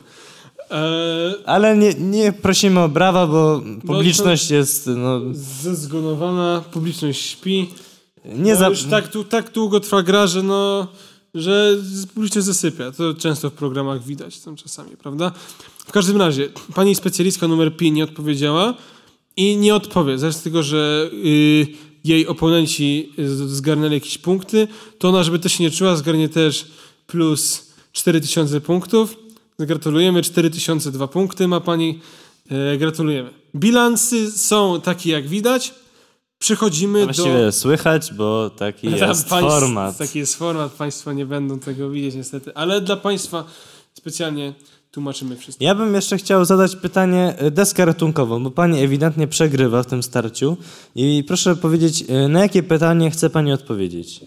Speaker 3: E,
Speaker 4: Ale nie, nie prosimy o brawa, bo publiczność jest, no,
Speaker 3: zezgonowana, publiczność śpi.
Speaker 4: nie
Speaker 3: Bo
Speaker 4: za...
Speaker 3: już tak, tu, tak długo trwa gra, że no, że publiczność zasypia. To często w programach widać tam czasami, prawda? W każdym razie, pani specjalistka numer pięć nie odpowiedziała i nie odpowie, z tego, że y, jej oponenci z- zgarnęli jakieś punkty, to ona, żeby to się nie czuła, zgarnie też plus cztery tysiące punktów. Gratulujemy, cztery tysiące dwa punkty ma pani. E, gratulujemy. Bilansy są takie, jak widać. Przechodzimy
Speaker 4: A właściwie
Speaker 3: do...
Speaker 4: słychać, bo taki
Speaker 3: Tam
Speaker 4: jest
Speaker 3: państw-
Speaker 4: format.
Speaker 3: Taki jest format, państwo nie będą tego widzieć niestety, ale dla państwa specjalnie tłumaczymy wszystko.
Speaker 4: Ja bym jeszcze chciał zadać pytanie y, deskę ratunkową, bo pani ewidentnie przegrywa w tym starciu i proszę powiedzieć, y, na jakie pytanie chce pani odpowiedzieć?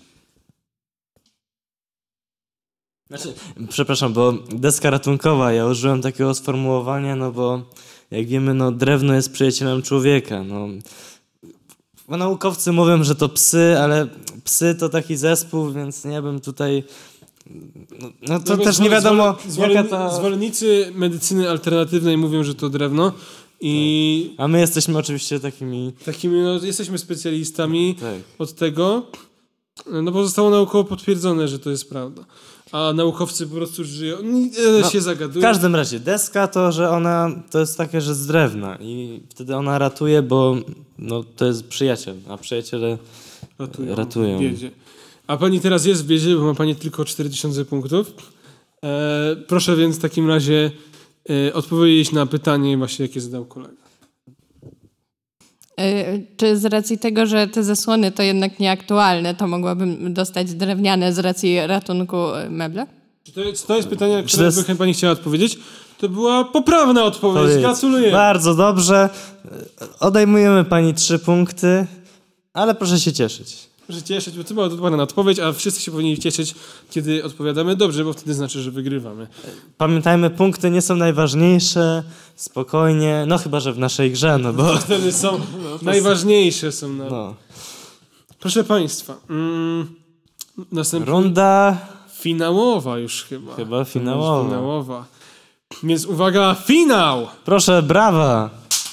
Speaker 4: Znaczy, przepraszam, bo deska ratunkowa, ja użyłem takiego sformułowania, no bo jak wiemy, no drewno jest przyjacielem człowieka, no. Bo naukowcy mówią, że to psy, ale psy to taki zespół, więc nie bym tutaj... No, no to
Speaker 3: No,
Speaker 4: też
Speaker 3: zwol-
Speaker 4: nie wiadomo,
Speaker 3: zwol-
Speaker 4: jaka ta...
Speaker 3: Zwolennicy medycyny alternatywnej mówią, że to drewno i
Speaker 4: A my jesteśmy oczywiście takimi...
Speaker 3: takimi, no, jesteśmy specjalistami
Speaker 4: Tak.
Speaker 3: od tego, no bo zostało naukowo potwierdzone, że to jest prawda. A naukowcy po prostu żyją, e,
Speaker 4: No,
Speaker 3: się
Speaker 4: W
Speaker 3: zagadują.
Speaker 4: każdym razie, deska to, że ona to jest takie, że z drewna i wtedy ona ratuje, bo no, to jest przyjaciel, a przyjaciele
Speaker 3: ratują.
Speaker 4: ratują.
Speaker 3: W biedzie. A pani teraz jest w biedzie, bo ma pani tylko cztery tysiące punktów. E, proszę więc w takim razie e, odpowiedzieć na pytanie właśnie, jakie zadał kolega.
Speaker 6: Y, Czy z racji tego, że te zasłony to jednak nieaktualne, to mogłabym dostać drewniane z racji ratunku y, meble?
Speaker 3: Czy to jest, to jest pytanie, na
Speaker 4: Czy
Speaker 3: które
Speaker 4: to jest-
Speaker 3: by pani chciała odpowiedzieć? To była poprawna odpowiedź.
Speaker 4: Powiedz.
Speaker 3: Gratuluję.
Speaker 4: Bardzo dobrze. Odejmujemy pani trzy punkty, ale proszę się cieszyć.
Speaker 3: Proszę cieszyć, bo to była dokładna odpowiedź, a wszyscy się powinni cieszyć, kiedy odpowiadamy dobrze, bo wtedy znaczy, że wygrywamy.
Speaker 4: Pamiętajmy, punkty nie są najważniejsze, spokojnie, no chyba, że w naszej grze, no bo...
Speaker 3: Wtedy są najważniejsze są. Na...
Speaker 4: No.
Speaker 3: Proszę państwa, mm, następna
Speaker 4: Runda
Speaker 3: finałowa już chyba.
Speaker 4: Chyba
Speaker 3: To już
Speaker 4: finałowa.
Speaker 3: finałowa. Więc uwaga, finał!
Speaker 4: Proszę, brawa!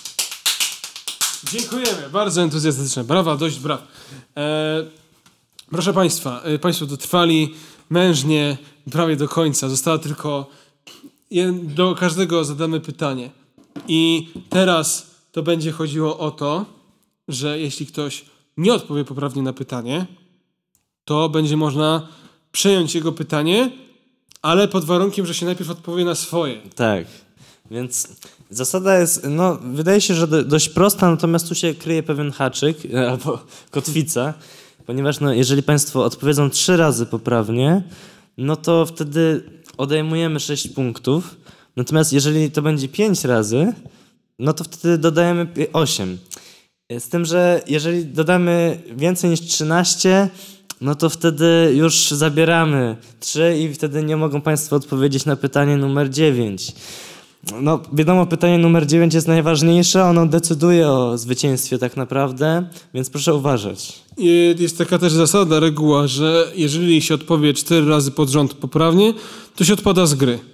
Speaker 3: Dziękujemy, bardzo entuzjastyczne. Brawa, dość braw. E, proszę Państwa, e, Państwo dotrwali mężnie prawie do końca. Została tylko... Jed, do każdego zadamy pytanie. I teraz to będzie chodziło o to, że jeśli ktoś nie odpowie poprawnie na pytanie, to będzie można przejąć jego pytanie, ale pod warunkiem, że się najpierw odpowie na swoje.
Speaker 4: Tak, więc zasada jest, no wydaje się, że do, dość prosta, natomiast tu się kryje pewien haczyk e, albo kotwica, ponieważ no, jeżeli Państwo odpowiedzą trzy razy poprawnie, no to wtedy odejmujemy sześć punktów, natomiast jeżeli to będzie pięć razy, no to wtedy dodajemy pi- osiem. Z tym, że jeżeli dodamy więcej niż trzynaście, no to wtedy już zabieramy trzy i wtedy nie mogą Państwo odpowiedzieć na pytanie numer dziewięć. No wiadomo, pytanie numer dziewięć jest najważniejsze, ono decyduje o zwycięstwie tak naprawdę, więc proszę uważać.
Speaker 3: I jest taka też zasada, reguła, że jeżeli się odpowie cztery razy pod rząd poprawnie, to się odpada z gry.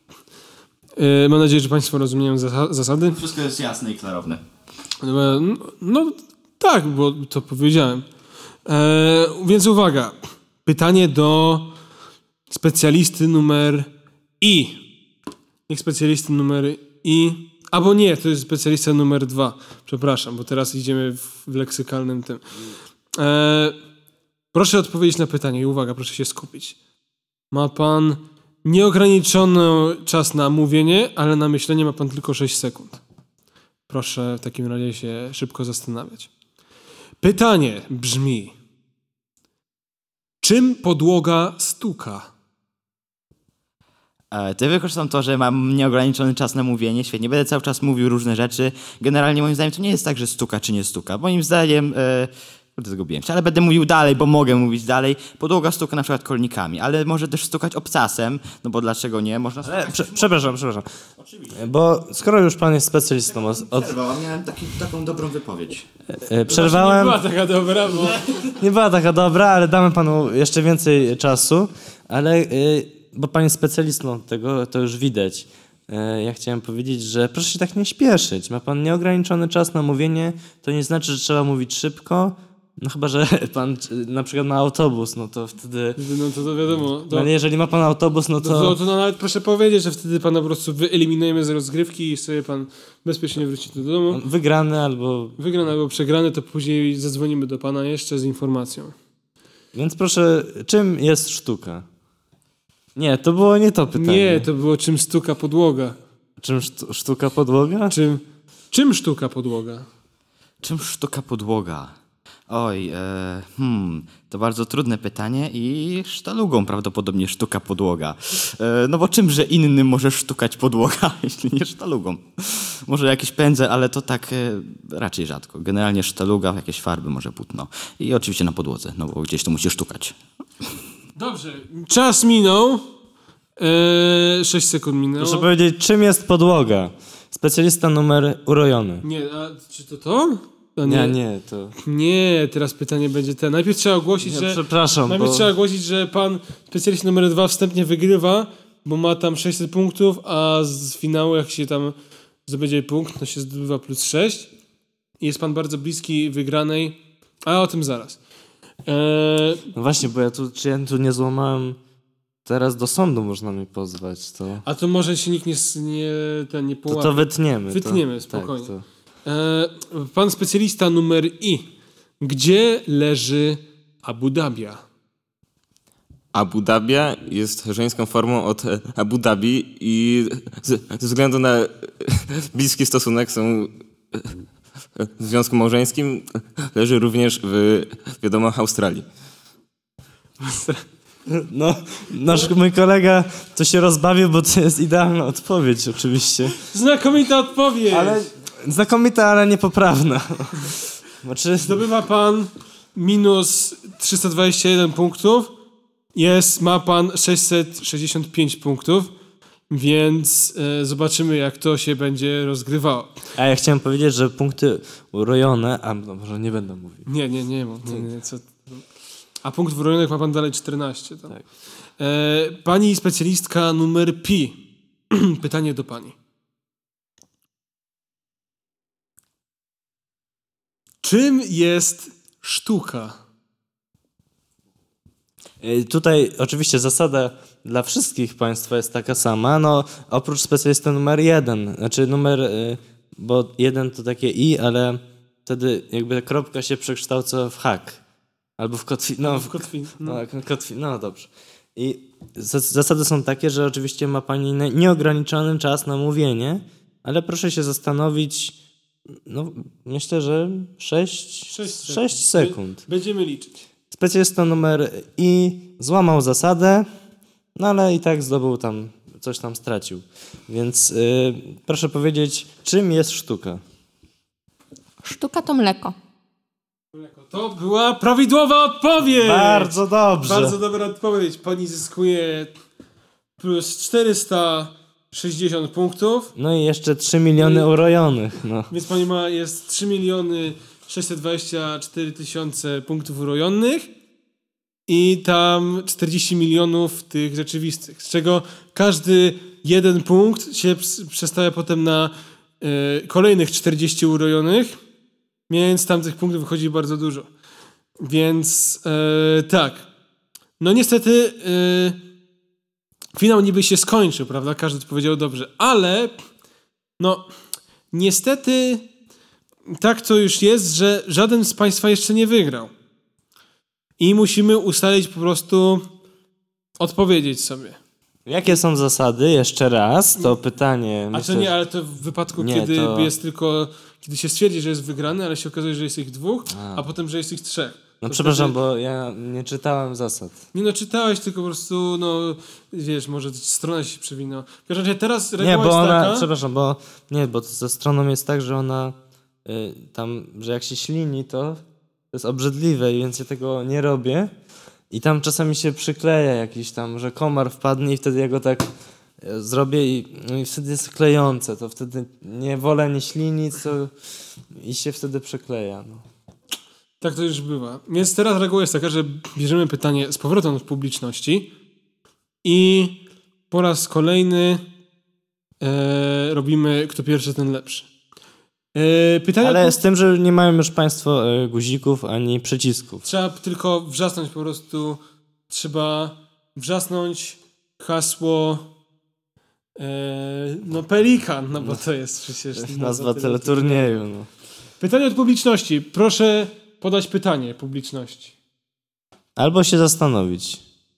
Speaker 3: Yy, mam nadzieję, że Państwo rozumieją zasa- zasady.
Speaker 5: Wszystko jest jasne i klarowne.
Speaker 3: No, no tak, bo to powiedziałem. E, więc uwaga. Pytanie do specjalisty numer I. Niech specjalisty numer I... Albo nie, to jest specjalista numer dwa. Przepraszam, bo teraz idziemy w, w leksykalnym tym. E, proszę odpowiedzieć na pytanie i uwaga, proszę się skupić. Ma pan nieograniczony czas na mówienie, ale na myślenie ma pan tylko sześć sekund. Proszę w takim razie się szybko zastanawiać. Pytanie brzmi: czym podłoga stuka?
Speaker 5: E, To ja wykorzystam to, że mam nieograniczony czas na mówienie. Świetnie, będę cały czas mówił różne rzeczy. Generalnie moim zdaniem to nie jest tak, że stuka czy nie stuka. Moim zdaniem... E, kurde, zgubiłem się, ale będę mówił dalej, bo mogę mówić dalej. Podłoga stuka na przykład kolnikami, ale może też stukać obcasem, no bo dlaczego nie? Można
Speaker 4: E, prze, przepraszam, przepraszam. Bo skoro już Pan jest specjalistą od... od
Speaker 5: Przerwałam, miałem taki, taką dobrą wypowiedź.
Speaker 4: e,
Speaker 3: Nie
Speaker 4: przerwałem,
Speaker 3: była taka dobra, bo...
Speaker 4: nie była taka dobra, ale damy Panu jeszcze więcej czasu, ale... E, bo Pan jest specjalistą od tego, to już widać. E, ja chciałem powiedzieć, że proszę się tak nie śpieszyć. Ma Pan nieograniczony czas na mówienie, to nie znaczy, że trzeba mówić szybko. No chyba, że Pan czy, na przykład ma autobus, no to wtedy...
Speaker 3: No to, to wiadomo.
Speaker 4: No,
Speaker 3: To,
Speaker 4: ale jeżeli ma Pan autobus, no
Speaker 3: to,
Speaker 4: to...
Speaker 3: to, to nawet proszę powiedzieć, że wtedy pana po prostu wyeliminujemy z rozgrywki i sobie pan bezpiecznie wróci do domu.
Speaker 4: Wygrany albo...
Speaker 3: Wygrany albo przegrany, to później zadzwonimy do pana jeszcze z informacją.
Speaker 4: Więc proszę, czym jest sztuka? Nie, to było nie to pytanie.
Speaker 3: Nie, to było czym stuka podłoga.
Speaker 4: Czym sztu- sztuka podłoga?
Speaker 3: Czym, czym sztuka podłoga?
Speaker 5: Czym sztuka podłoga? Oj, e, hmm, to bardzo trudne pytanie i sztalugą prawdopodobnie sztuka podłoga. E, no bo czymże innym może sztukać podłoga, jeśli nie sztalugą? Może jakiś pędzel, ale to tak e, raczej rzadko. Generalnie sztaluga, jakieś farby, może płótno. I oczywiście na podłodze, no bo gdzieś to musi sztukać.
Speaker 3: Dobrze, czas minął. Eee, sześć sekund minęło.
Speaker 4: Proszę powiedzieć, czym jest podłoga? Specjalista numer urojony.
Speaker 3: Nie, a czy to to? A
Speaker 4: Nie, nie, to...
Speaker 3: Nie, teraz pytanie będzie te. Najpierw trzeba ogłosić,
Speaker 4: Ja
Speaker 3: że...
Speaker 4: przepraszam,
Speaker 3: Najpierw
Speaker 4: bo...
Speaker 3: trzeba ogłosić, że pan specjalista numer dwa wstępnie wygrywa, bo ma tam sześćset punktów, a z finału jak się tam zdobędzie punkt, to się zdobywa plus sześć. I jest pan bardzo bliski wygranej, a o tym zaraz. Eee,
Speaker 4: No właśnie, bo ja tu, czy ja tu nie złamałem... Teraz do sądu można mnie pozwać, to...
Speaker 3: a to może się nikt nie, s- nie, ten, nie
Speaker 4: To,
Speaker 3: połapie.
Speaker 4: to wytniemy.
Speaker 3: Wytniemy,
Speaker 4: to,
Speaker 3: spokojnie.
Speaker 4: Tak, to...
Speaker 3: Eee, pan specjalista numer I. Gdzie leży Abu Dabia?
Speaker 7: Abu Dabia jest żeńską formą od Abu Dhabi i ze ze względu na bliski stosunek są w związku małżeńskim leży również w, wiadomo, Australii.
Speaker 4: No, nasz mój kolega to się rozbawił, bo to jest idealna odpowiedź oczywiście.
Speaker 3: Znakomita odpowiedź!
Speaker 4: Ale znakomita, ale niepoprawna. Znaczy,
Speaker 3: Zdobywa pan minus trzysta dwadzieścia jeden punktów. Jest, ma pan sześćset sześćdziesiąt pięć punktów, więc e, zobaczymy, jak to się będzie rozgrywało.
Speaker 4: a ja chciałem powiedzieć, że punkty urojone, a no, może nie będę mówił.
Speaker 3: Nie, nie, nie, bo to nie, co... A punkt w urojonych ma pan dalej czternaście. Tak?
Speaker 4: Tak.
Speaker 3: E, pani specjalistka numer Pi. Pytanie do pani. Czym jest sztuka?
Speaker 4: Y, Tutaj oczywiście zasada dla wszystkich państwa jest taka sama, no oprócz specjalisty numer jeden, znaczy numer, y, bo jeden to takie i, ale wtedy jakby kropka się przekształca w hak. Albo w kotwi... No,
Speaker 3: W kotwi.
Speaker 4: No, no, kotwi... no dobrze. I zas- zasady są takie, że oczywiście ma pani ne- nieograniczony czas na mówienie, ale proszę się zastanowić, no myślę, że sześć
Speaker 3: Sześć sekund.
Speaker 4: sekund.
Speaker 3: Będziemy liczyć.
Speaker 4: Specjalista numer I złamał zasadę, no ale i tak zdobył tam, coś tam stracił. Więc yy, proszę powiedzieć, czym jest sztuka?
Speaker 6: Sztuka to mleko.
Speaker 3: To była prawidłowa odpowiedź!
Speaker 4: Bardzo dobrze.
Speaker 3: Bardzo dobra odpowiedź. Pani zyskuje plus czterysta sześćdziesiąt punktów,
Speaker 4: No i jeszcze trzy miliony urojonych. No.
Speaker 3: więc pani ma jest trzy miliony sześćset dwadzieścia cztery tysiące punktów urojonych i tam czterdzieści milionów tych rzeczywistych, z czego każdy jeden punkt się ps- przestawia potem na e, kolejnych czterdzieści urojonych, więc tam tych punktów wychodzi bardzo dużo. Więc e, tak. No niestety e, finał niby się skończył, prawda? Każdy to powiedział dobrze, ale no niestety tak to już jest, że żaden z państwa jeszcze nie wygrał. I musimy ustalić po prostu, odpowiedzieć sobie.
Speaker 4: Jakie są zasady? Jeszcze raz, to pytanie.
Speaker 3: A
Speaker 4: myślę,
Speaker 3: to nie,
Speaker 4: że-
Speaker 3: ale to w wypadku,
Speaker 4: Nie,
Speaker 3: kiedy
Speaker 4: to-
Speaker 3: jest tylko, kiedy się stwierdzi, że jest wygrany, ale się okazuje, że jest ich dwóch, a,
Speaker 4: A.
Speaker 3: potem, że jest ich trzech.
Speaker 4: No
Speaker 3: To
Speaker 4: przepraszam,
Speaker 3: wtedy-
Speaker 4: bo ja nie czytałem zasad.
Speaker 3: Nie no, czytałeś, tylko po prostu, no, wiesz, może strona się przewinęła. W każdym razie teraz
Speaker 4: Nie,
Speaker 3: reguła
Speaker 4: bo
Speaker 3: jest
Speaker 4: ona,
Speaker 3: taka...
Speaker 4: przepraszam, bo nie, bo to ze stroną jest tak, że ona y, tam, że jak się ślini, to to jest obrzydliwe, więc ja tego nie robię. I tam czasami się przykleja jakiś tam, że komar wpadnie i wtedy ja go tak y, zrobię i, no i wtedy jest klejące. To wtedy nie wolę nie ślinić co, i się wtedy przykleja. No.
Speaker 3: Tak to już bywa. Więc teraz reguła jest taka, że bierzemy pytanie z powrotem od publiczności i po raz kolejny e, robimy kto pierwszy, ten lepszy. E, pytanie
Speaker 4: Ale z tym, że nie mają już państwo y, guzików ani przycisków.
Speaker 3: trzeba tylko wrzasnąć po prostu, trzeba wrzasnąć hasło e, no pelikan, no bo to jest przecież
Speaker 4: Nazwa teleturnieju. No.
Speaker 3: Pytanie od publiczności. Proszę podać pytanie publiczności.
Speaker 4: Albo się zastanowić.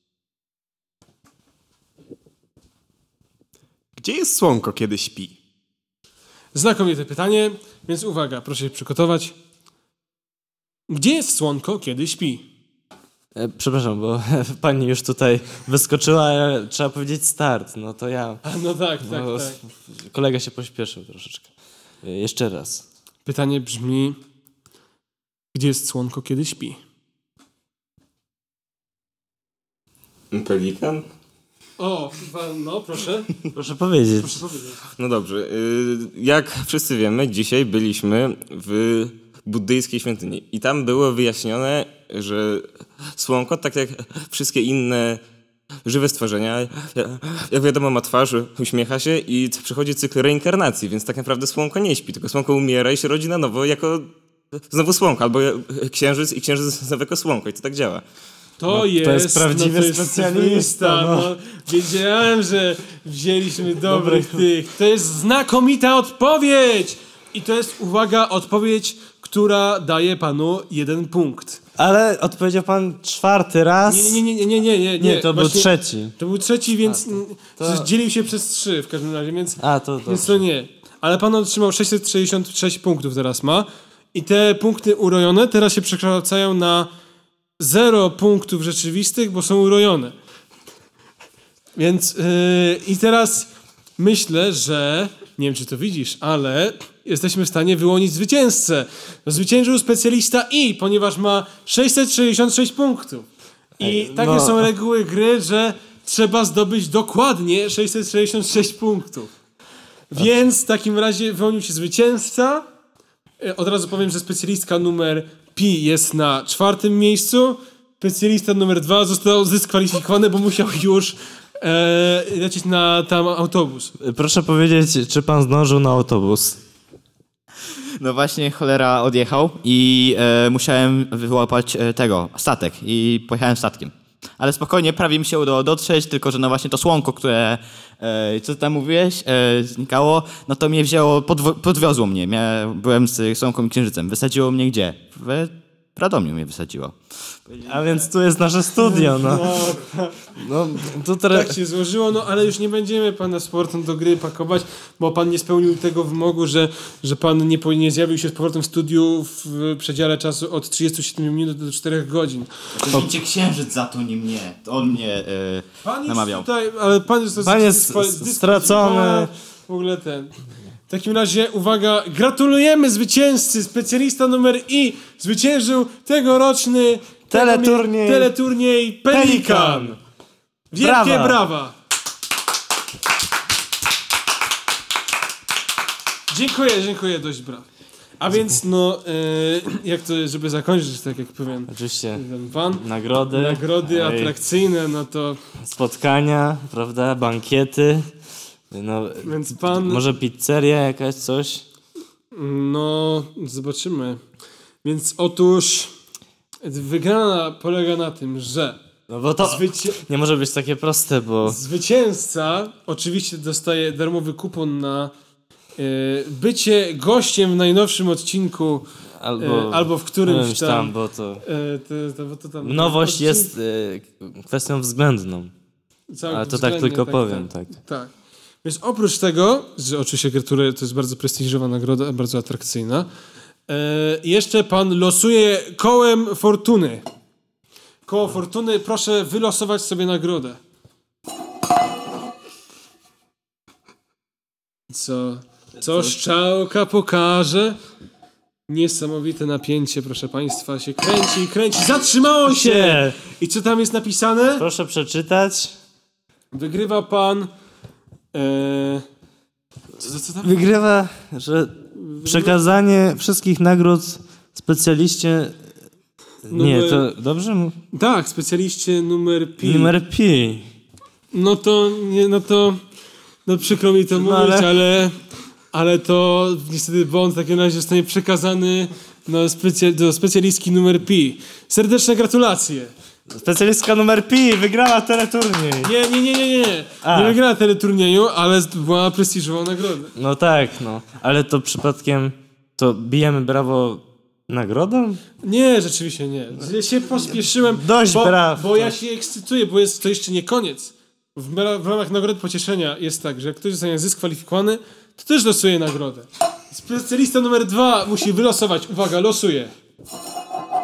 Speaker 2: Gdzie jest słonko, kiedy śpi?
Speaker 3: Znakomite pytanie, więc uwaga, proszę się przygotować. Gdzie jest słonko, kiedy śpi?
Speaker 4: E, przepraszam, bo pani już tutaj wyskoczyła, ale trzeba powiedzieć start. No to ja...
Speaker 3: A, no tak, tak,
Speaker 4: no,
Speaker 3: tak.
Speaker 4: Kolega się pośpieszył troszeczkę. E, jeszcze raz.
Speaker 3: Pytanie brzmi, gdzie jest słonko, kiedy śpi?
Speaker 7: Pelikan?
Speaker 3: O, no proszę.
Speaker 4: Proszę powiedzieć.
Speaker 3: Proszę powiedzieć.
Speaker 7: No dobrze. y, Jak wszyscy wiemy, dzisiaj byliśmy w buddyjskiej świątyni i tam było wyjaśnione, że słonko, tak jak wszystkie inne żywe stworzenia, jak wiadomo, ma twarz, uśmiecha się i przychodzi cykl reinkarnacji, więc tak naprawdę słonko nie śpi, tylko słonko umiera i się rodzi na nowo jako znowu słonko, albo księżyc i księżyc z nowego słonko i to tak działa.
Speaker 3: To,
Speaker 4: No,
Speaker 3: jest,
Speaker 4: to jest prawdziwy
Speaker 3: no to jest
Speaker 4: specjalista, no.
Speaker 3: No. Wiedziałem, że wzięliśmy dobrych tych. To jest znakomita odpowiedź! I to jest, uwaga, odpowiedź, która daje panu jeden punkt.
Speaker 4: Ale odpowiedział pan czwarty raz.
Speaker 3: Nie, nie, nie, nie, nie, nie, nie.
Speaker 4: Nie, to
Speaker 3: Właśnie,
Speaker 4: był trzeci.
Speaker 3: To był trzeci, więc
Speaker 4: to-
Speaker 3: to... dzielił się przez trzy w każdym razie, więc,
Speaker 4: A, to dobrze.
Speaker 3: więc to nie. Ale pan otrzymał sześćset sześćdziesiąt sześć punktów teraz ma. I te punkty urojone teraz się przekształcają na zero punktów rzeczywistych, bo są urojone. Więc yy, i teraz myślę, że nie wiem, czy to widzisz, ale jesteśmy w stanie wyłonić zwycięzcę. Zwyciężył specjalista I, ponieważ ma sześćset sześćdziesiąt sześć punktów. I
Speaker 4: Ej,
Speaker 3: takie
Speaker 4: no.
Speaker 3: są reguły gry, że trzeba zdobyć dokładnie sześćset sześćdziesiąt sześć punktów. Więc w takim razie wyłonił się zwycięzca. E, Od razu powiem, że specjalistka numer Pi jest na czwartym miejscu. Specjalista numer dwa został zdyskwalifikowany, bo musiał już e, lecieć na tam autobus.
Speaker 4: Proszę powiedzieć, czy pan zdążył na autobus?
Speaker 5: No właśnie cholera odjechał i e, musiałem wyłapać e, tego, statek i pojechałem statkiem. Ale spokojnie, prawie mi się udało dotrzeć, tylko że no właśnie to słonko, które, e, co ty tam mówiłeś, e, znikało, no to mnie wzięło, podwo- podwiozło mnie. Mia- byłem z słonką i księżycem. Wysadziło mnie gdzie? W Radomiu mnie wysadziło.
Speaker 4: A więc tu jest nasze studio, no. No, tu teraz...
Speaker 3: Tak się złożyło, no ale już nie będziemy pana z powrotem do gry pakować, bo pan nie spełnił tego wymogu, że, że pan nie, po- nie zjawił się z powrotem w studiu w przedziale czasu od trzydziestu siedmiu minut do czterech godzin.
Speaker 5: To widzicie księżyc za to, nie mnie. To on mnie e,
Speaker 3: Pan jest
Speaker 5: namawiał.
Speaker 3: tutaj, ale pan jest,
Speaker 4: Pan jest
Speaker 3: dyskwal-
Speaker 4: s- stracony.
Speaker 3: W ogóle ten. W takim razie, uwaga, gratulujemy zwycięzcy. Specjalista numer I zwyciężył tegoroczny
Speaker 4: Teleturniej.
Speaker 3: teleturniej Pelikan.
Speaker 4: Pelikan.
Speaker 3: Wielkie
Speaker 4: Brawa.
Speaker 3: brawa. Dziękuję, dziękuję, dość braw. A więc, no, e, jak to, żeby zakończyć, tak jak powiem,
Speaker 4: Oczywiście
Speaker 3: ten pan,
Speaker 4: nagrody,
Speaker 3: nagrody
Speaker 4: ej,
Speaker 3: atrakcyjne, no to,
Speaker 4: spotkania, prawda, bankiety, no,
Speaker 3: więc pan...
Speaker 4: może pizzeria jakaś, coś?
Speaker 3: No, zobaczymy. Więc otóż wygrana polega na tym, że
Speaker 4: No bo to
Speaker 3: zwycię-
Speaker 4: nie może być takie proste, bo...
Speaker 3: zwycięzca oczywiście dostaje darmowy kupon na e, bycie gościem w najnowszym odcinku
Speaker 4: Albo,
Speaker 3: e, albo w którymś
Speaker 4: którymś
Speaker 3: tam.
Speaker 4: tam, bo to...
Speaker 3: E, to, to, bo to tam
Speaker 4: Nowość
Speaker 3: odcinku-
Speaker 4: jest y, kwestią względną,
Speaker 3: całym
Speaker 4: ale to tak
Speaker 3: względnie,
Speaker 4: tylko powiem, tak.
Speaker 3: Tak. Więc oprócz tego, że oczywiście gratuluję, to jest bardzo prestiżowa nagroda, bardzo atrakcyjna, e, jeszcze pan losuje kołem fortuny. Koło fortuny, proszę wylosować sobie nagrodę. Co? Co szczałka pokaże? Niesamowite napięcie, proszę państwa, się kręci i kręci. Zatrzymało się! I co tam jest napisane?
Speaker 4: Proszę przeczytać.
Speaker 3: Wygrywa pan... E, co, co tam?
Speaker 4: Wygrywa, że przekazanie wszystkich nagród specjaliście... Nie,
Speaker 3: Numer-
Speaker 4: to dobrze mu?
Speaker 3: Tak, specjaliście numer Pi.
Speaker 4: Numer Pi.
Speaker 3: No to, nie, no to, no przykro mi to mówić,
Speaker 4: ale-
Speaker 3: ale, ale to niestety błąd w takim razie zostanie przekazany no, specja- do specjalistki numer Pi. Serdeczne gratulacje.
Speaker 4: Specjalistka numer Pi wygrała teleturniej.
Speaker 3: Nie, nie, nie, nie, nie.
Speaker 4: A.
Speaker 3: Nie wygrała teleturnieju, ale była prestiżową nagrodę.
Speaker 4: No tak, no. Ale to przypadkiem... To bijemy brawo nagrodą?
Speaker 3: Nie, rzeczywiście nie. Ja się pospieszyłem,
Speaker 4: Dość
Speaker 3: bo,
Speaker 4: braw.
Speaker 3: bo ja się ekscytuję, bo jest to jeszcze nie koniec. W, ra- w ramach nagrody pocieszenia jest tak, że jak ktoś zostanie zdyskwalifikowany, to też losuje nagrodę. Specjalista numer dwa musi wylosować. Uwaga, losuje.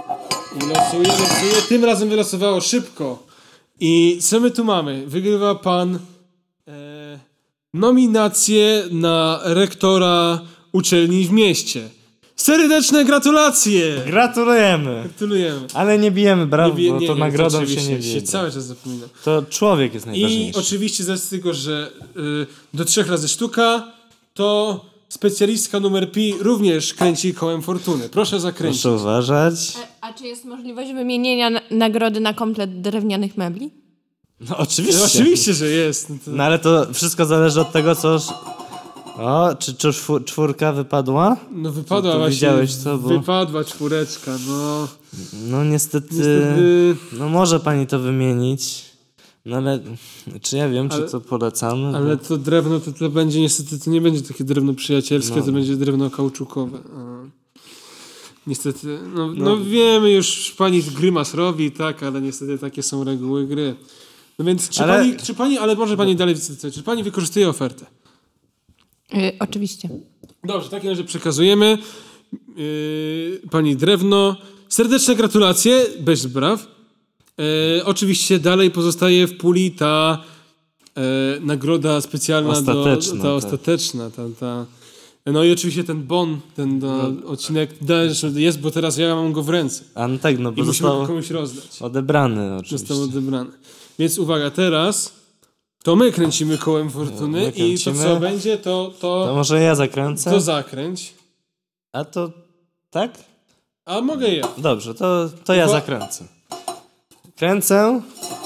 Speaker 3: Losuję, losuję. Tym razem wylosowało szybko. I co my tu mamy? Wygrywa pan e, nominację na rektora uczelni w mieście. Serdeczne gratulacje!
Speaker 4: Gratulujemy!
Speaker 3: Gratulujemy.
Speaker 4: Ale nie bijemy braw,
Speaker 3: Nie,
Speaker 4: bo
Speaker 3: nie,
Speaker 4: to
Speaker 3: nie,
Speaker 4: nagrodą
Speaker 3: to
Speaker 4: się nie
Speaker 3: oczywiście,
Speaker 4: bije.
Speaker 3: się cały czas zapomina.
Speaker 4: To człowiek jest
Speaker 3: I
Speaker 4: najważniejszy.
Speaker 3: oczywiście z tego, że y, do trzech razy sztuka, to specjalistka numer Pi również kręci kołem fortuny. Proszę zakręcić.
Speaker 4: Proszę uważać.
Speaker 6: A, a czy jest możliwość wymienienia na, nagrody na komplet drewnianych mebli?
Speaker 4: No oczywiście.
Speaker 3: No, oczywiście, że jest. No to...
Speaker 4: No ale to wszystko zależy od tego, co... O, czy, czy czwór- czwórka wypadła?
Speaker 3: No wypadła
Speaker 4: To- to
Speaker 3: właśnie,
Speaker 4: widziałeś co, bo-
Speaker 3: wypadła czwóreczka, no.
Speaker 4: No niestety...
Speaker 3: Niestety,
Speaker 4: No może pani to wymienić. No ale... Czy ja wiem,
Speaker 3: Ale-
Speaker 4: czy to polecamy?
Speaker 3: ale
Speaker 4: Bo...
Speaker 3: to drewno to, to będzie niestety, to nie będzie takie drewno przyjacielskie,
Speaker 4: No.
Speaker 3: to będzie drewno kauczukowe. A. Niestety, no, no. no wiemy już, pani grymas robi, tak, ale niestety takie są reguły gry. No więc czy
Speaker 4: Ale-
Speaker 3: pani, czy pani, ale może pani dalej, czy pani wykorzystuje ofertę?
Speaker 6: Yy, oczywiście.
Speaker 3: Dobrze, w takim razie przekazujemy yy, pani Drewno. Serdeczne gratulacje, bez braw. Yy, oczywiście dalej pozostaje w puli ta yy, nagroda specjalna,
Speaker 4: Ostateczna,
Speaker 3: do, ta
Speaker 4: tak.
Speaker 3: ostateczna. Ta, ta. No i oczywiście ten bon, ten do, odcinek też jest, bo teraz ja mam go w ręce.
Speaker 4: A no tak, no
Speaker 3: I
Speaker 4: bo
Speaker 3: musimy go
Speaker 4: został
Speaker 3: komuś rozdać.
Speaker 4: odebrany oczywiście.
Speaker 3: Został odebrany. Więc uwaga, teraz to my kręcimy kołem fortuny
Speaker 4: My
Speaker 3: i to
Speaker 4: kręcimy.
Speaker 3: co będzie, to,
Speaker 4: To
Speaker 3: to,
Speaker 4: może ja zakręcę?
Speaker 3: to zakręć.
Speaker 4: A to... Tak?
Speaker 3: A mogę ja.
Speaker 4: Dobrze, to, to ja
Speaker 3: Bo-
Speaker 4: zakręcę. Kręcę.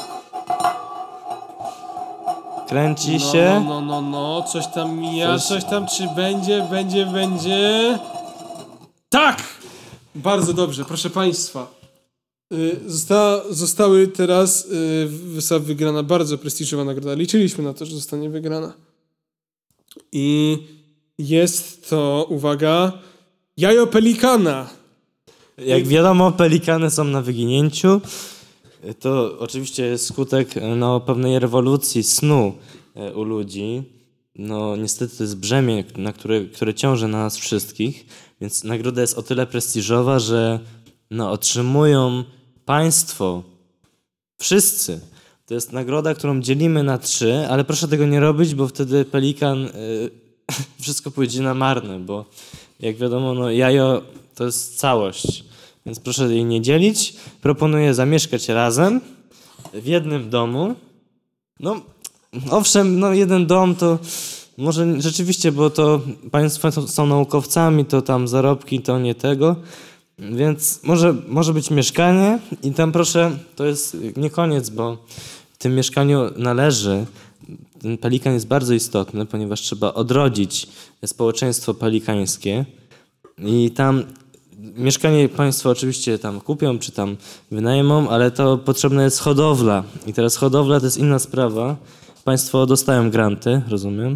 Speaker 4: Kręci
Speaker 3: No,
Speaker 4: się.
Speaker 3: no, no, no, no, coś tam mija,
Speaker 4: Coś-
Speaker 3: coś tam, czy będzie, będzie, będzie. Tak! Bardzo dobrze, proszę Państwa. Y, Zosta, zostały teraz, y, została wygrana bardzo prestiżowa nagroda. Liczyliśmy na to, że zostanie wygrana. I jest to, uwaga, jajo pelikana.
Speaker 4: Jak wiadomo, pelikany są na wyginięciu. To oczywiście jest skutek no, pewnej rewolucji snu e, u ludzi. No niestety to jest brzemię, na które, które ciąży na nas wszystkich, więc nagroda jest o tyle prestiżowa, że no, otrzymują państwo, wszyscy. To jest nagroda, którą dzielimy na trzy, ale proszę tego nie robić, bo wtedy pelikan y, wszystko pójdzie na marne, bo jak wiadomo, no, jajo to jest całość, więc proszę jej nie dzielić. Proponuję zamieszkać razem w jednym domu. No, owszem, no jeden dom to może rzeczywiście, bo to państwo są- są naukowcami, to tam zarobki, to nie tego. Więc może, może być mieszkanie i tam proszę, to jest nie koniec, bo w tym mieszkaniu należy, ten pelikan jest bardzo istotny, ponieważ trzeba odrodzić społeczeństwo pelikańskie i tam mieszkanie państwo oczywiście tam kupią, czy tam wynajmą, ale to potrzebna jest hodowla i teraz hodowla to jest inna sprawa. Państwo dostają granty, rozumiem?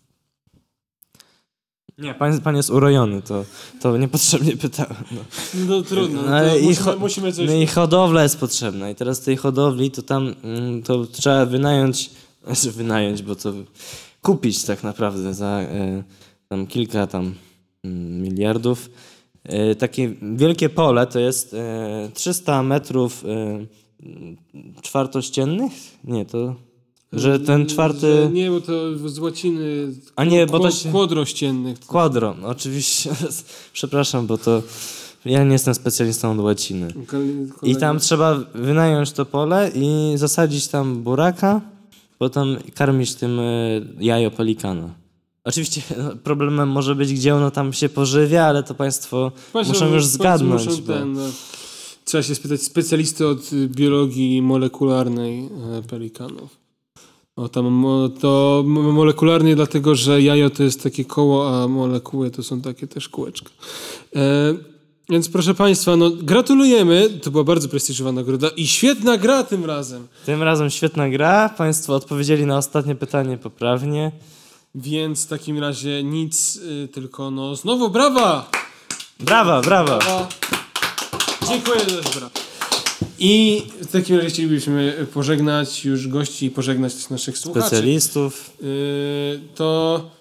Speaker 4: Nie, pan, pan jest urojony, to, to niepotrzebnie pytałem. No.
Speaker 3: No trudno,
Speaker 4: No,
Speaker 3: to
Speaker 4: ale i
Speaker 3: musimy,
Speaker 4: ho-
Speaker 3: musimy coś...
Speaker 4: No i hodowla jest potrzebna i teraz tej hodowli to tam mm, to trzeba wynająć, znaczy wynająć, bo to kupić tak naprawdę za e, tam kilka tam mm, miliardów. E, takie wielkie pole to jest e, trzysta metrów e, czwartościennych? Nie, to... Że ten czwarty...
Speaker 3: Że nie, bo to z łaciny...
Speaker 4: A nie, bo to
Speaker 3: kło-
Speaker 4: się-
Speaker 3: Kwadrościennych.
Speaker 4: Kwadro, no oczywiście. Przepraszam, bo to... Ja nie jestem specjalistą od łaciny. I tam trzeba wynająć to pole i zasadzić tam buraka, potem karmić tym e, jajo pelikana. Oczywiście no, problemem może być, gdzie ono tam się pożywia, ale to państwo
Speaker 3: Państwo-
Speaker 4: muszą już
Speaker 3: państwo
Speaker 4: zgadnąć.
Speaker 3: muszą
Speaker 4: Bo...
Speaker 3: ten, no, trzeba się spytać specjalisty od y, biologii molekularnej e, pelikanów. O, tam mo, to mo- molekularnie dlatego, że jajo to jest takie koło, a molekuły to są takie też kółeczka. E, więc proszę Państwa, no gratulujemy. To była bardzo prestiżowa nagroda i świetna gra tym razem.
Speaker 4: Tym razem świetna gra. Państwo odpowiedzieli na ostatnie pytanie poprawnie.
Speaker 3: Więc w takim razie nic, y, tylko no znowu brawa!
Speaker 4: Brawa, brawa.
Speaker 3: Brawa. Dziękuję też, brawa. I w takim razie chcielibyśmy pożegnać już gości i pożegnać też naszych słuchaczy.
Speaker 4: Specjalistów.
Speaker 3: Yy, to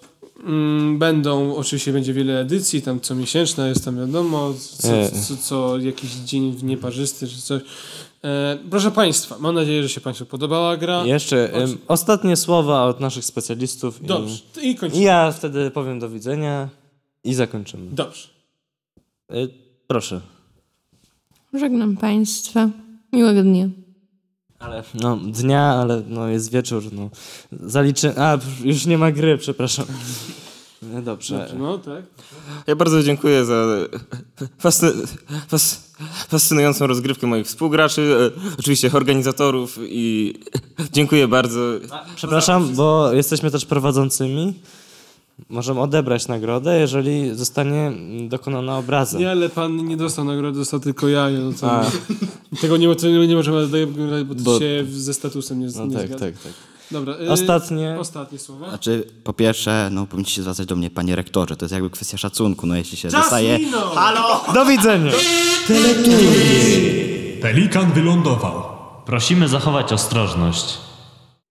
Speaker 3: Mm, będą, oczywiście będzie wiele edycji, tam co miesięczna jest tam wiadomo, co, co, co jakiś dzień nieparzysty czy coś. E, proszę Państwa, mam nadzieję, że się Państwu podobała gra.
Speaker 4: Jeszcze em, ostatnie słowa od naszych specjalistów.
Speaker 3: Dobrze, i
Speaker 4: I,
Speaker 3: kończymy.
Speaker 4: I ja wtedy powiem do widzenia i zakończymy.
Speaker 3: Dobrze.
Speaker 4: Y, proszę.
Speaker 6: Żegnam Państwa. Miłego dnia.
Speaker 4: Ale, no, dnia, ale no, jest wieczór. No. Zaliczy... A, już nie ma gry, przepraszam. No, dobrze.
Speaker 3: Dobrze. No, tak.
Speaker 7: Ja bardzo dziękuję za fascy, fas, fascynującą rozgrywkę moich współgraczy, e, oczywiście organizatorów i dziękuję bardzo.
Speaker 4: Przepraszam, bo jesteśmy też prowadzącymi. Możemy odebrać nagrodę, jeżeli zostanie dokonana obraza.
Speaker 3: Nie, ale pan nie dostał nagrody, dostał tylko ja. No to
Speaker 4: A.
Speaker 3: tego nie, to nie możemy odebrać, bo to
Speaker 4: Bo-
Speaker 3: się ze statusem nie,
Speaker 4: No
Speaker 3: nie
Speaker 4: tak,
Speaker 3: zgadza.
Speaker 4: tak, tak.
Speaker 3: Dobra. y,
Speaker 4: Ostatnie.
Speaker 3: Ostatnie słowa.
Speaker 5: Znaczy, po pierwsze, no powinniście się zwracać do mnie, panie rektorze. To jest jakby kwestia szacunku, no jeśli się
Speaker 3: Czas
Speaker 5: dostaje...
Speaker 3: minął!
Speaker 4: Do widzenia!
Speaker 8: Pelikan wylądował.
Speaker 9: Prosimy zachować ostrożność.